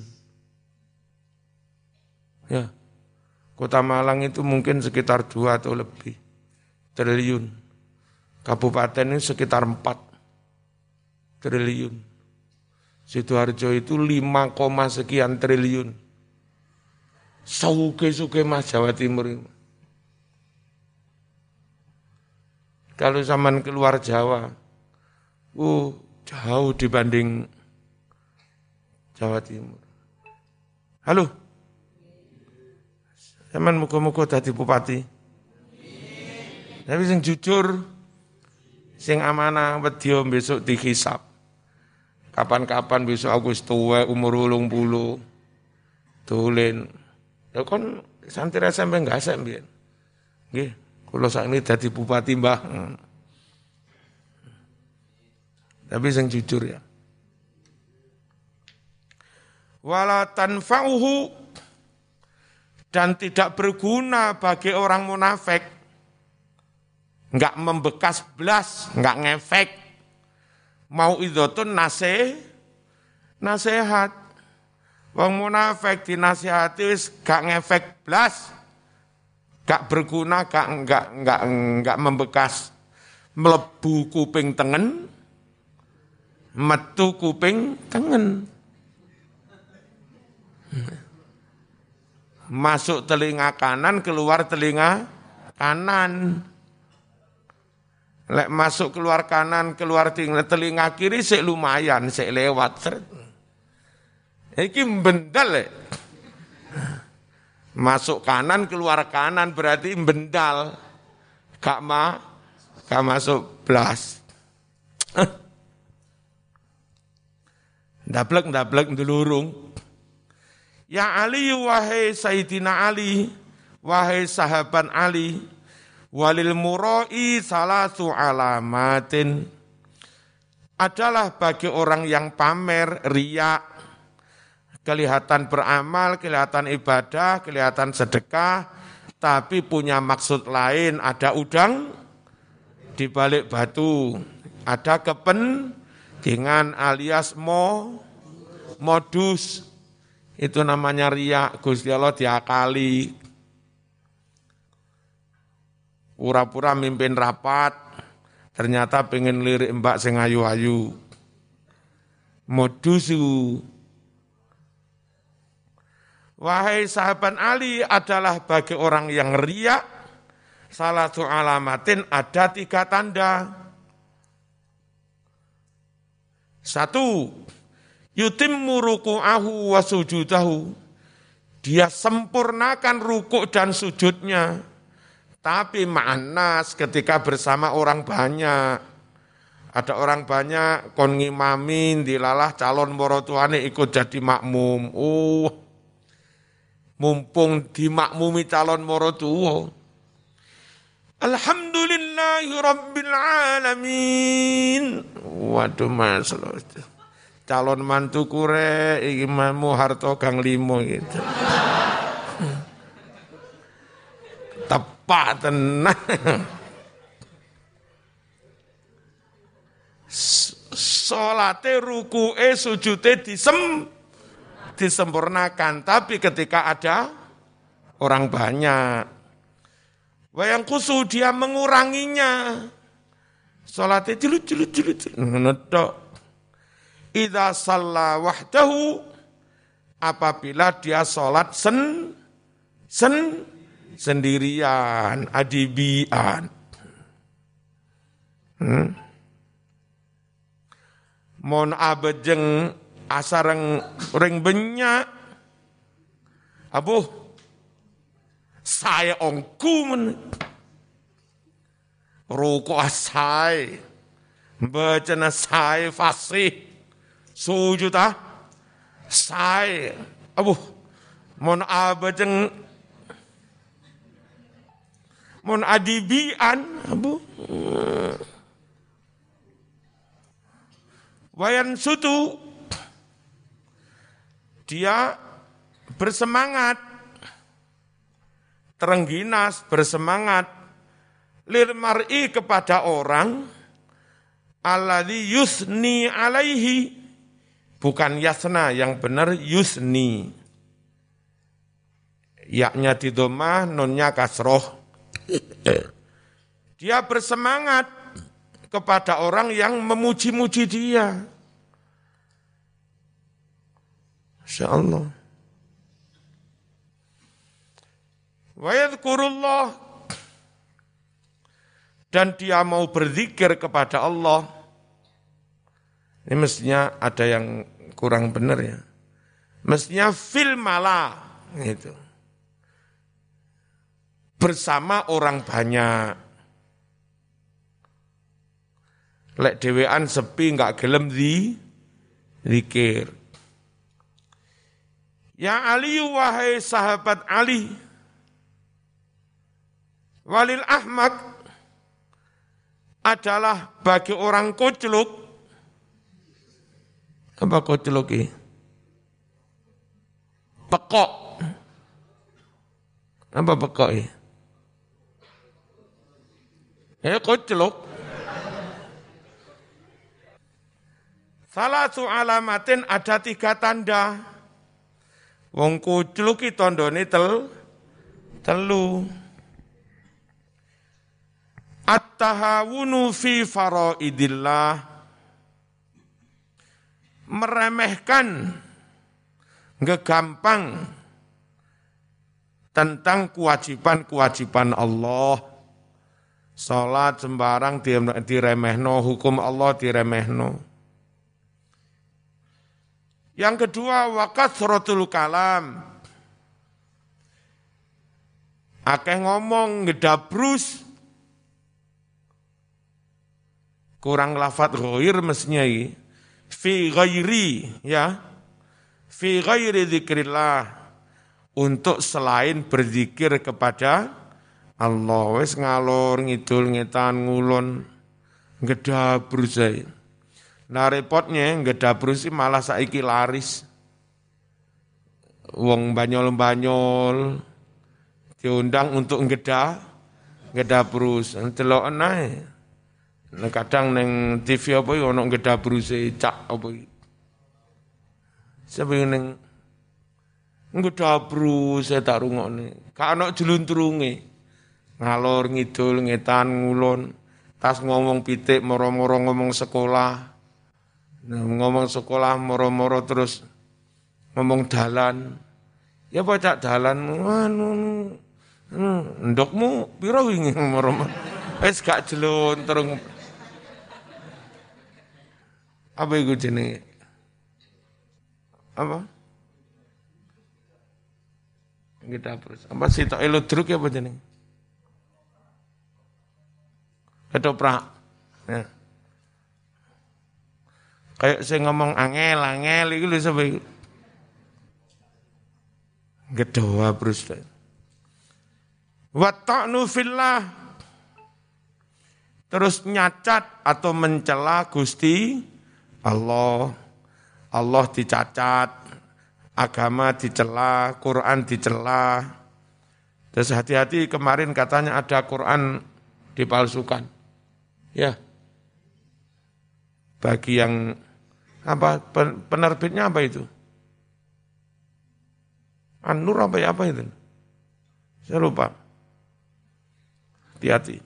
Ya, Kota Malang itu mungkin sekitar dua atau lebih triliun. Kabupaten ini sekitar empat triliun. Sidoarjo itu lima, sekian triliun. Sauge-suge mas Jawa Timur ini. Kalau zaman keluar Jawa, uh, jauh dibanding Jawa Timur. Halo, zaman muka-muka dadi bupati. Tapi sing jujur, sing amanah wedya besok dihisab. Kapan-kapan besok aku wis tuwa umur wolung puluh. Dolen. Ya kon santri sampe ngasek mbiyen. Nggih, kula sakniki dadi bupati, Mbah. Tapi sing jujur ya. Wala tanfa'uhu, dan tidak berguna bagi orang munafik. Enggak membekas blas, enggak ngefek. Mau idotun nasih, nasihat. Wong munafik dinasihati wis gak ngefek blas. Gak berguna, gak enggak enggak enggak membekas. Mlebu kuping tengen, metu kuping tengen. Masuk telinga kanan, keluar telinga kanan. Lek masuk keluar kanan, keluar telinga kiri, sik lumayan, sik lewat. Iki mbendal lek. Masuk kanan, keluar kanan, berarti mbendal. Gak ma, gak masuk blas. Ndablek-ndablek ndulurung. Ya Ali, wahai Sayyidina Ali, wahai sahabat Ali, walil murai salasu alamatin, adalah bagi orang yang pamer, riya, kelihatan beramal, kelihatan ibadah, kelihatan sedekah, tapi punya maksud lain, ada udang di balik batu, ada kepentingan alias mo, modus. Itu namanya riya, Gusti Allah diakali. Pura-pura mimpin rapat, ternyata pengen lirik mbak sing ayu-ayu. Modusu. Wahai sahabat Ali, adalah bagi orang yang riya, salah satu alamatin, ada tiga tanda. Satu, yutimmu ruku'ahu wa sujudahu. Dia sempurnakan rukuk dan sujudnya. Tapi ma'anas ketika bersama orang banyak. Ada orang banyak kon ngimamin dilalah calon morotuane ikut jadi makmum. Oh, mumpung dimakmumi calon morotuwa. Alhamdulillahi Rabbil Alamin. Waduh mas, calon mantu kure, imamu harto gang limo gitu. Tepat tenang. Salate ruku'e sujute disem disempurnakan, tapi ketika ada orang banyak wayang kusu dia menguranginya. Salatnya jelut-jelut-jelut. Ngetok. Idza shalla wahdahu, apabila dia salat sen sen sendirian, adibian. Hmm? Mon abejeng asareng ring benyak. Abuh saya ongku men ruku asai bacana sai fasih sujud ah sai abuh mon abajeng mon adibian abuh wayan sutu dia bersemangat terengginas, bersemangat, lil mar'i kepada orang, alladzi yusni alaihi, bukan yasna, yang benar yusni. Yaknya di domah, nunnya kasroh. Dia bersemangat kepada orang yang memuji-muji dia. Masya Allah. Wa yadhkurullah, dan dia mau berzikir kepada Allah. Ini mestinya ada yang kurang benar ya. Mestinya fil mala gitu. Bersama orang banyak. Lek dewean sepi enggak gelem di zikir. Ya Ali, wahai sahabat Ali, walil ahmak, adalah bagi orang kucluk. Apa kucluk ini? Pekok. Apa pekok ini? Eh kucluk. Salatu alamatin, ada tiga tanda. Wong kucluk iki tandane tel telu. At-tahawunu fi faraidillah, meremehkan, ngegampang tentang kewajiban-kewajiban Allah. Salat sembarang diremehno, hukum Allah diremehno. Yang kedua, wa kathratul kalam, akeh ngomong, ngedabrus, kurang lafadz ghair mestinya ini. Fi ghairi, ya. Fi ghairi dzikrillah, untuk selain berzikir kepada Allah. Wis ngalor ngidul ngetan ngulon ngedabrus ae. Nah repotnya ngedabrus malah saiki laris. Wong banyol-banyol diundang untuk ngeda ngedabrus. Delok enae. Nah, kadang neng T V apa ono ngedabruse cak apa iki. Sampe neng ngedabruse tak rungokne. Ka ono jeluntrunge. Ngalor ngidul ngetan ngulon, tas ngomong pitik moro-moro ngomong sekolah. Nah, ngomong sekolah moro-moro terus ngomong dalan. Ya apa cak dalan anu ndokmu pira wingi moro-moro. Wis gak jeluntrung. Apa itu jenenge? Apa? Kita terus. Apa sih tak elodruk apa jenenge? ketoprak. Ya. Kayak saya ngomong angel, angel, itu lho sampai gedoa terus. Wa ta'nu fillah, terus nyacat atau mencela Gusti Allah. Allah dicacat, agama dicela, Quran dicela. Terus hati-hati, kemarin katanya ada Quran dipalsukan. Ya. Bagi yang apa penerbitnya apa itu? An-Nur apa ya apa itu? Saya lupa. Hati-hati.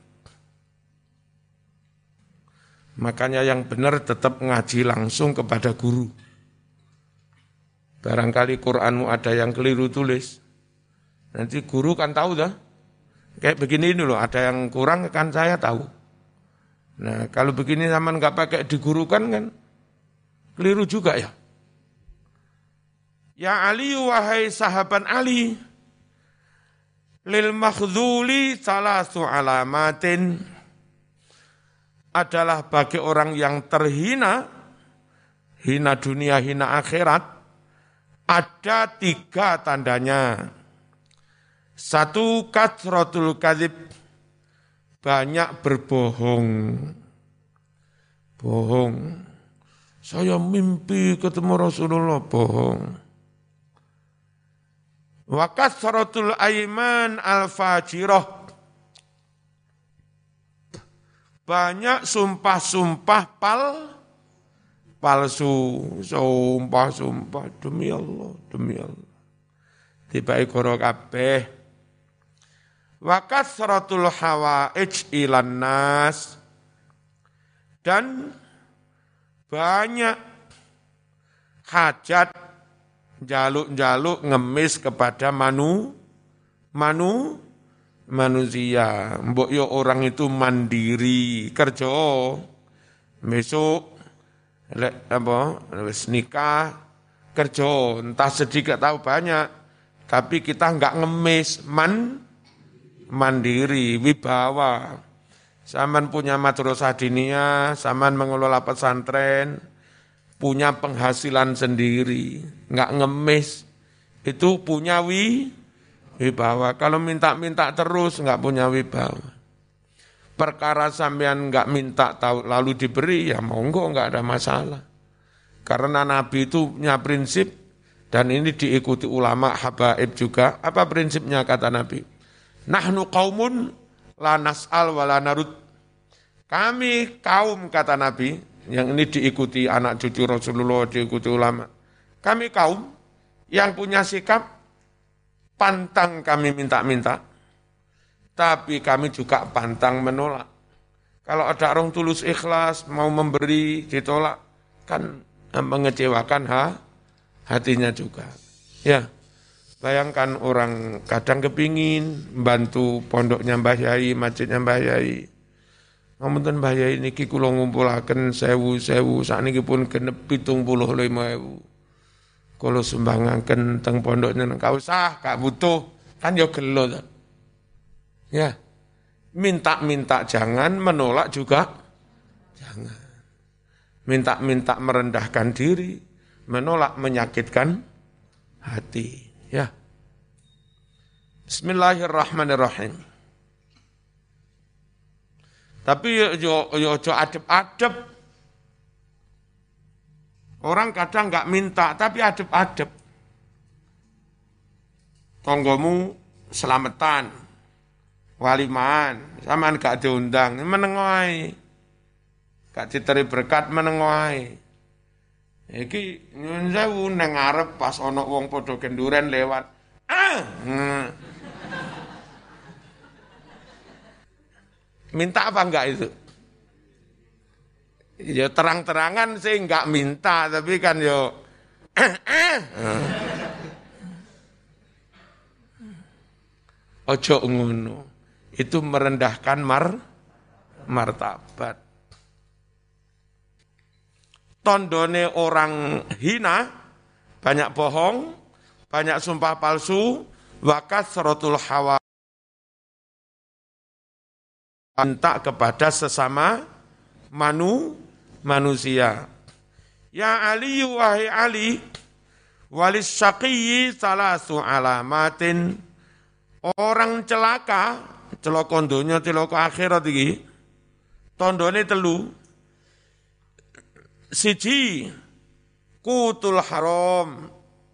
Makanya yang benar tetap ngaji langsung kepada guru. Barangkali Qur'anmu ada yang keliru tulis. Nanti guru kan tahu dah. Kayak begini ini loh, ada yang kurang kan saya tahu. Nah kalau begini zaman nggak pakai digurukan kan keliru juga ya. Ya Ali, wahai sahabat Ali, lil makhdhuli salasu alamatin, adalah bagi orang yang terhina, hina dunia, hina akhirat, ada tiga tandanya. Satu, kathratul kadzib, banyak berbohong. Bohong. Saya mimpi ketemu Rasulullah, bohong. Wa kathratul aiman al-fajirah, banyak sumpah-sumpah pal palsu, sumpah-sumpah demi Allah, demi Allah. Tiba ikoro kabeh. Wa kasratul hawaij ilan nas, dan banyak hajat jaluk-jaluk ngemis kepada manu manu manusia. Mbok yo orang itu mandiri, kerja besok lek apa wis nikah kerja entah sedikit tahu banyak, tapi kita enggak ngemis, man mandiri, wibawa. Saman punya madrasah diniyah, saman mengelola pesantren, punya penghasilan sendiri, enggak ngemis. Itu punya wi wibawa. Kalau minta-minta terus enggak punya wibawa. Perkara sampean enggak minta tahu lalu diberi, ya monggo, enggak ada masalah. Karena Nabi itu punya prinsip, dan ini diikuti ulama habaib juga. Apa prinsipnya kata Nabi? Nahnu qaumun la nas'al wa la narud. Kami kaum, kata Nabi, yang ini diikuti anak cucu Rasulullah, diikuti ulama. Kami kaum yang punya sikap pantang kami minta-minta, tapi kami juga pantang menolak. Kalau ada orang tulus ikhlas, mau memberi, ditolak, kan mengecewakan ha, hatinya juga. Ya, bayangkan orang kadang kepingin bantu pondoknya Mbah Yai, masjidnya Mbah Yai. Ngapunten Mbah Yai niki kula ngumpulaken sewu-sewu, sakniki pun genep pitung puluh lima ewu. Kula sumbangaken teng pondoknya nang gak usah, gak butuh, kan ya gelo to. Ya. Minta-minta jangan, menolak juga jangan. Minta-minta merendahkan diri, menolak menyakitkan hati. Ya. Bismillahirrahmanirrahim. Tapi yo yo yo adep-adep. Orang kadang enggak minta tapi adep-adep. Tonggomu selamatan, waliman, sampean gak diundang, menengoai. Gak diteri berkat menengoai. Iki nyun sewu nang ngarep pas ana wong padha kenduren lewat. Ah. Hmm. Minta apa enggak itu? Ya terang-terangan sih enggak minta, tapi kan yo ojo ngono. Itu merendahkan mar martabat. Tondone orang hina, banyak bohong, banyak sumpah palsu, wa kasratul hawa minta kepada sesama manu, manusia. Ya Ali, wahai Ali, walis syaqiyyi salasu alamatin. Orang celaka, celaka donya, celaka akhirat iki, tandane telu. Siji, kutul haram,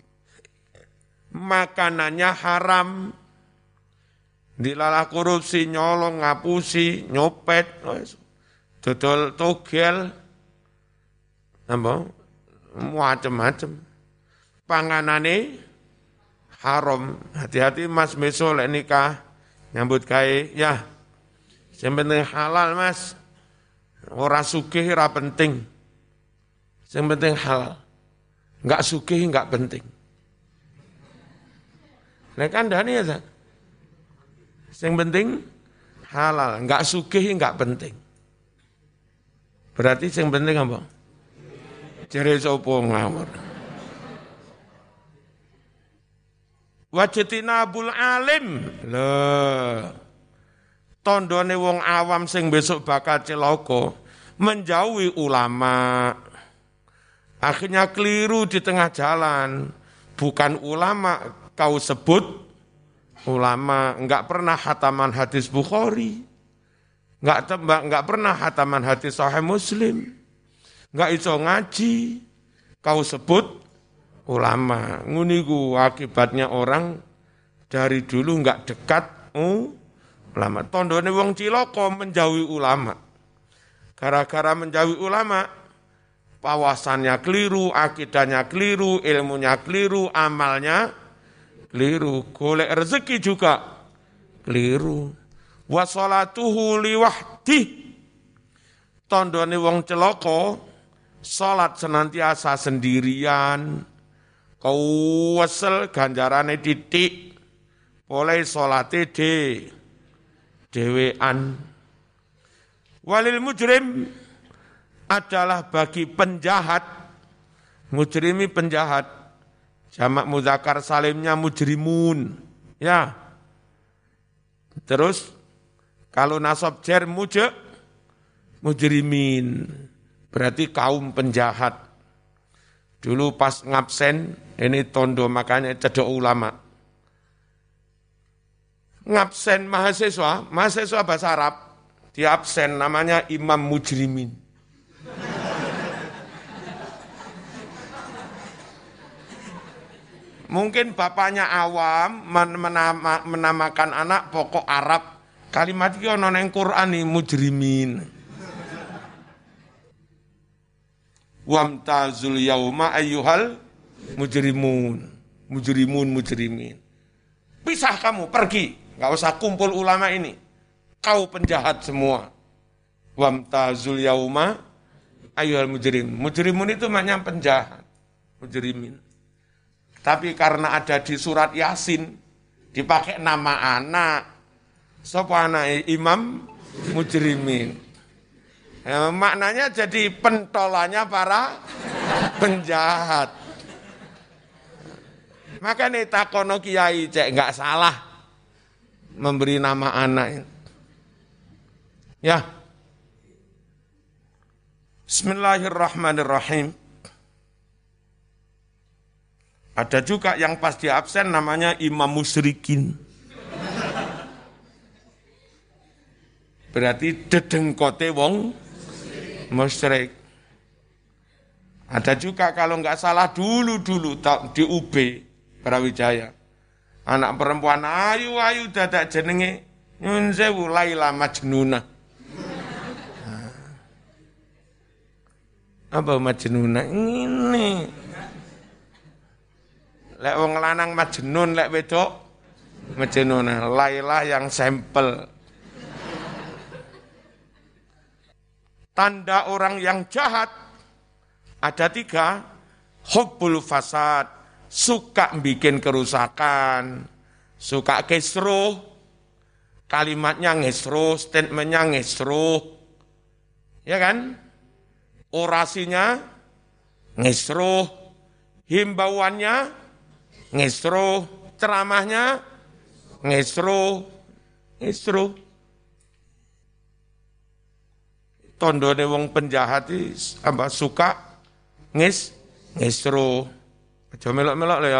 makanannya haram. Dilalah korupsi, nyolong, ngapusi, nyopet, dodol togel, apa? Macam-macam. Panganane haram. Hati-hati Mas besok lek nikah nyambut gawe ya. Sing penting halal Mas. Ora sugih ora penting. Sing penting halal. Enggak sugih enggak penting. Lek kandhane ya. Yang penting halal, enggak sugih enggak penting. Berarti yang penting apa? Jere sapa ngawur. Wajitinabul alim. Lho. Tandane wong awam sing besok bakal celaka menjauhi ulama. Akhirnya keliru di tengah jalan. Bukan ulama kau sebut ulama, enggak pernah hataman hadis Bukhari, enggak tembak, enggak pernah hataman hadis Sahih Muslim, enggak iso ngaji, kau sebut ulama. Nguniku akibatnya orang dari dulu enggak dekat uh, ulama. Tondone wong cilaka menjauhi ulama. Gara-gara menjauhi ulama, pawasannya keliru, akidahnya keliru, ilmunya keliru, amalnya keliru, golek rezeki juga keliru. Wa sholatuhu liwahdi. Tandane wong celaka salat senantiasa sendirian. Kau wesel ganjarane titik. Oleh salate de dewean. Walil mujrim adalah bagi penjahat. Mujrimi penjahat. Jamak mudzakar salimnya mujrimun. Ya. Terus kalau nasab jar mujak mujrimin. Berarti kaum penjahat. Dulu pas ngabsen ini tondo makanya cedok ulama. Ngabsen mahasiswa, mahasiswa bahasa Arab di absen namanya imam mujrimin. Mungkin bapaknya awam menama, menamakan anak pokok Arab. Kalimat iki ana ning Quran nih mujrimin. Wamtazul yauma ayyuhal mujrimun. Mujrimun mujrimin. Pisah kamu, pergi. Enggak usah kumpul ulama ini. Kau penjahat semua. Wamtazul yauma ayyuhal mujrim. Mujrimun itu maknanya penjahat. Mujrimin. Tapi karena ada di surat Yasin, dipakai nama anak. Sapa anak Imam Mujrimin. Ya, maknanya jadi pentolannya para penjahat. Makanya takono kiai cek enggak salah memberi nama anak. Ya. Bismillahirrahmanirrahim. Ada juga yang pas di absen namanya imam musyrikin. Berarti dedengkote wong musyrik. Ada juga kalau enggak salah dulu-dulu di U B Brawijaya. Anak perempuan ayu-ayu dadak jenenge nyun sewu Laila Majnunah. Apa Majnunah? Ini. Lek wong lanang Majnun, lek wedok Majnunah. Laila yang sampel. Tanda orang yang jahat ada tiga. Hubbul fasad, suka bikin kerusakan, suka kisruh, kalimatnya ngesruh, statementnya ngesruh, ya kan? Orasinya ngesruh, himbauannya ngesruh, ceramahnya ngesruh, ngesruh. tondone wong penjahat iki apa suka ngis ngisro. Aja melok-melok lho ya.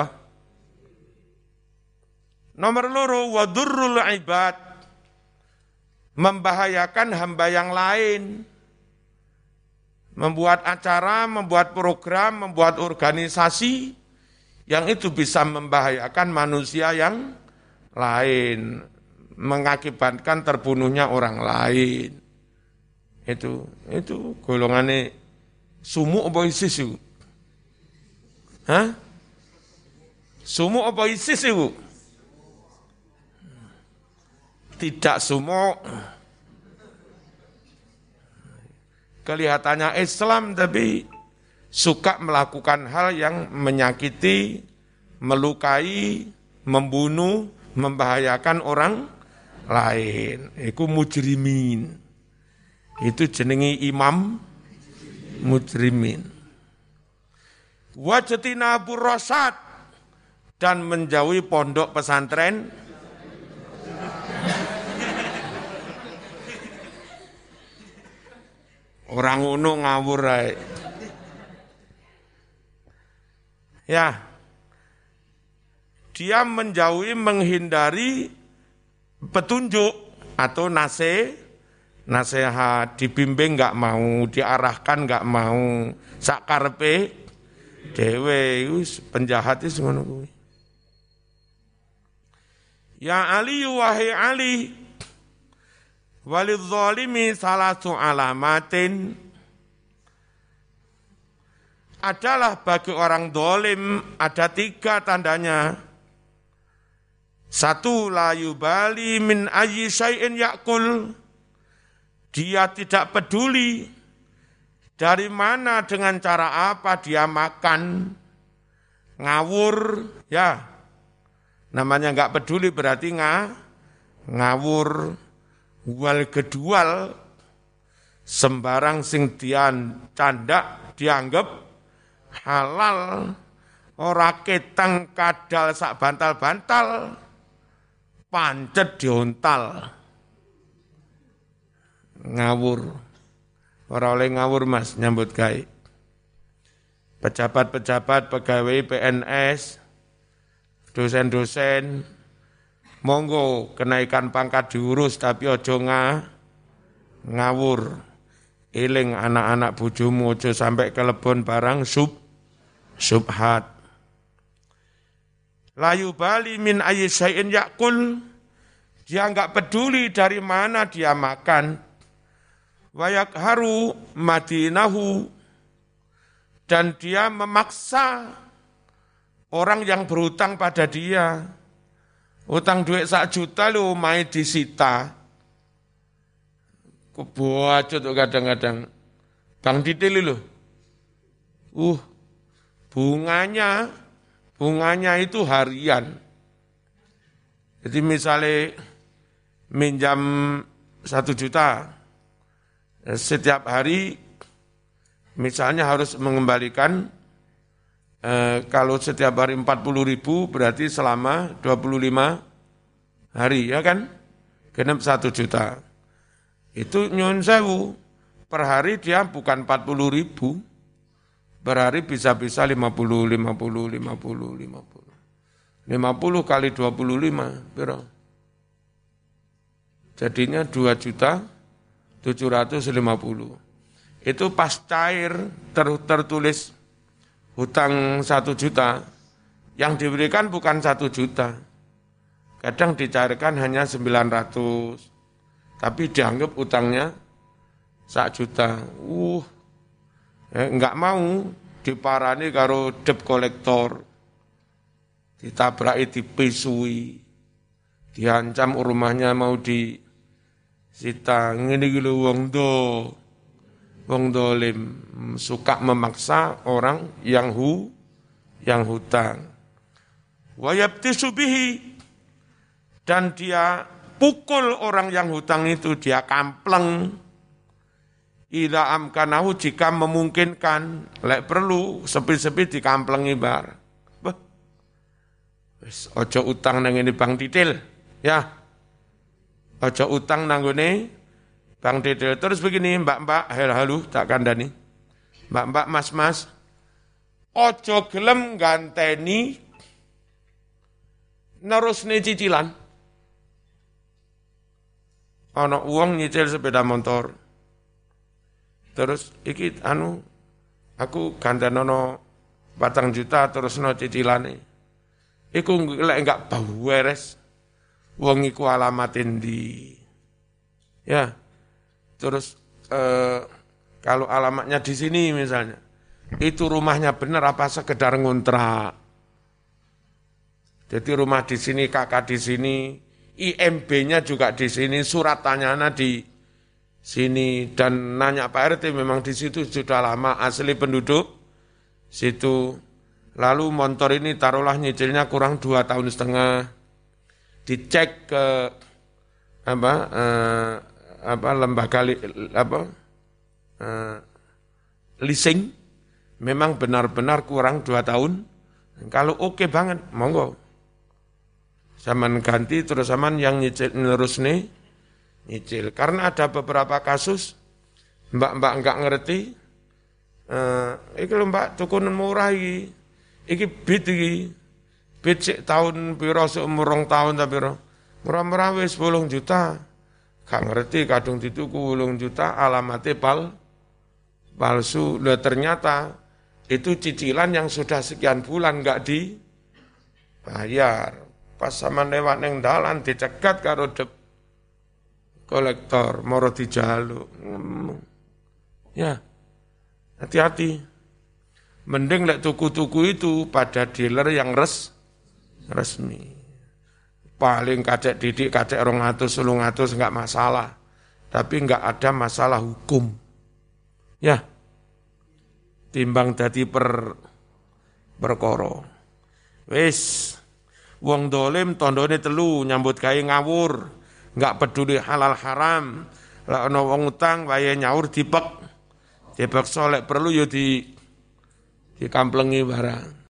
Nomor loro wadurrul ibad, membahayakan hamba yang lain. Membuat acara, membuat program, membuat organisasi yang itu bisa membahayakan manusia yang lain, mengakibatkan terbunuhnya orang lain. Itu itu golongannya sumu apa ISIS itu? Hah? Sumu apa ISIS itu? Tidak sumu. Kelihatannya Islam tapi suka melakukan hal yang menyakiti, melukai, membunuh, membahayakan orang lain. Iku mujrimin. Itu jenengi imam mujrimin. Wajatina burrosat, dan menjauhi pondok pesantren. Orang ngono ngawur ae. Ya. Dia menjauhi, menghindari petunjuk atau nase, nasihat, dibimbing enggak mau, diarahkan enggak mau, sak karepe dhewe wis penjahat wis ngono kuwi. Ya Ali wahai Ali, walidh zalimi salatu alamatin, adalah bagi orang dolim ada tiga tandanya. Satu, la yubali min ayyi syai'in yakul, dia tidak peduli dari mana dengan cara apa dia makan. Ngawur, ya namanya enggak peduli berarti nga, ngawur. Wal gedual, sembarang sing dian candak dianggap halal, ora ketang kadal sak bantal-bantal, pancet diontal. Ngawur, ora oleh ngawur mas nyambut gawe. Pejabat-pejabat, pegawai P N S, dosen-dosen, monggo kenaikan pangkat diurus tapi ojo nga, ngawur. Eling anak-anak bojomu ojo sampai kelebon barang sub subhat. Layu bali min ayyi syai'in yakul, dia enggak peduli dari mana dia makan. Wayak haru madinahu, dan dia memaksa orang yang berhutang pada dia. Utang duit sak juta lu main disita. Kebuacut kadang-kadang. Bang Titil lu. Uh, bunganya, bunganya itu harian. Jadi misalnya minjam satu juta, setiap hari misalnya harus mengembalikan. Eh, kalau setiap hari empat puluh ribu berarti selama dua puluh lima hari, ya kan? Genep satu juta. Itu nyun sewu, per hari dia bukan empat puluh ribu, per hari bisa-bisa lima puluh, lima puluh, lima puluh, lima puluh. lima puluh kali dua puluh lima, berapa? Jadinya dua juta tujuh ratus lima puluh. Itu pas cair ter, tertulis hutang satu juta, yang diberikan bukan satu juta. Kadang dicairkan hanya sembilan ratus, tapi dianggap hutangnya satu juta. Uh, eh, enggak mau diparani karo debt collector, ditabraki, dipisui, diancam rumahnya mau disita. Ngene iki lho wong do. Wong dolim suka memaksa orang yang hu, yang hutang. Wayabtisu bihi, dan dia pukul orang yang hutang itu, dia kampleng. Ila amkanahu, jika memungkinkan, lek perlu sepi-sepi dikamplengi bar. Bah, wis ojo utang nang ngene Bang Titil, ya. Ojo utang nang ngene Bang Dede. Terus begini, mbak-mbak, halo, tak kandani. Mbak-mbak, mas-mas, ojo gelem ganteni nerusne cicilan. Ana uang nyicil sepeda motor. Terus iki anu aku gantenono patang juta terus no cicilane. Iku lek enggak beres. Wong iku alamatin di. Ya. Terus eh, kalau alamatnya di sini misalnya, itu rumahnya benar apa sekedar ngontrak. Jadi rumah di sini, kakak di sini, I M B-nya juga di sini, surat tanyana di sini, dan nanya Pak R T memang di situ sudah lama asli penduduk situ. Lalu motor ini taruhlah nyicilnya kurang dua tahun setengah, dicek ke apa eh, apa lembaga li, apa eh, leasing, memang benar-benar kurang dua tahun. Kalau oke okay banget, monggo. Zaman ganti terus zaman yang nyicil nerus nih nyicil. Karena ada beberapa kasus mbak-mbak enggak ngerti. Eh, iki lho mbak tukunan murah iki. Iki bit iki. Bit sik tahun piro seumur rong tahun ta piro. Murah-murah wis sepuluh juta. Gak ngerti kadung dituku sepuluh juta alamatnya pal palsu. Loh ternyata itu cicilan yang sudah sekian bulan enggak dibayar. Pas sama lewat neng dalan dicegat karo dep kolektor moro dijaluk. Ya, hati-hati. Mending lek tuku-tuku itu pada dealer yang res resmi. Paling kacek didik, kacek rong atus, selung atus enggak masalah. Tapi enggak ada masalah hukum. Ya, timbang dadi per perkara. Wis, wong dolim tondone telu nyambut gawe ngawur, enggak peduli halal haram. Lah ana wong utang wayahe nyaur dipek. Dipeksa lek perlu yo di dikamplengi barang.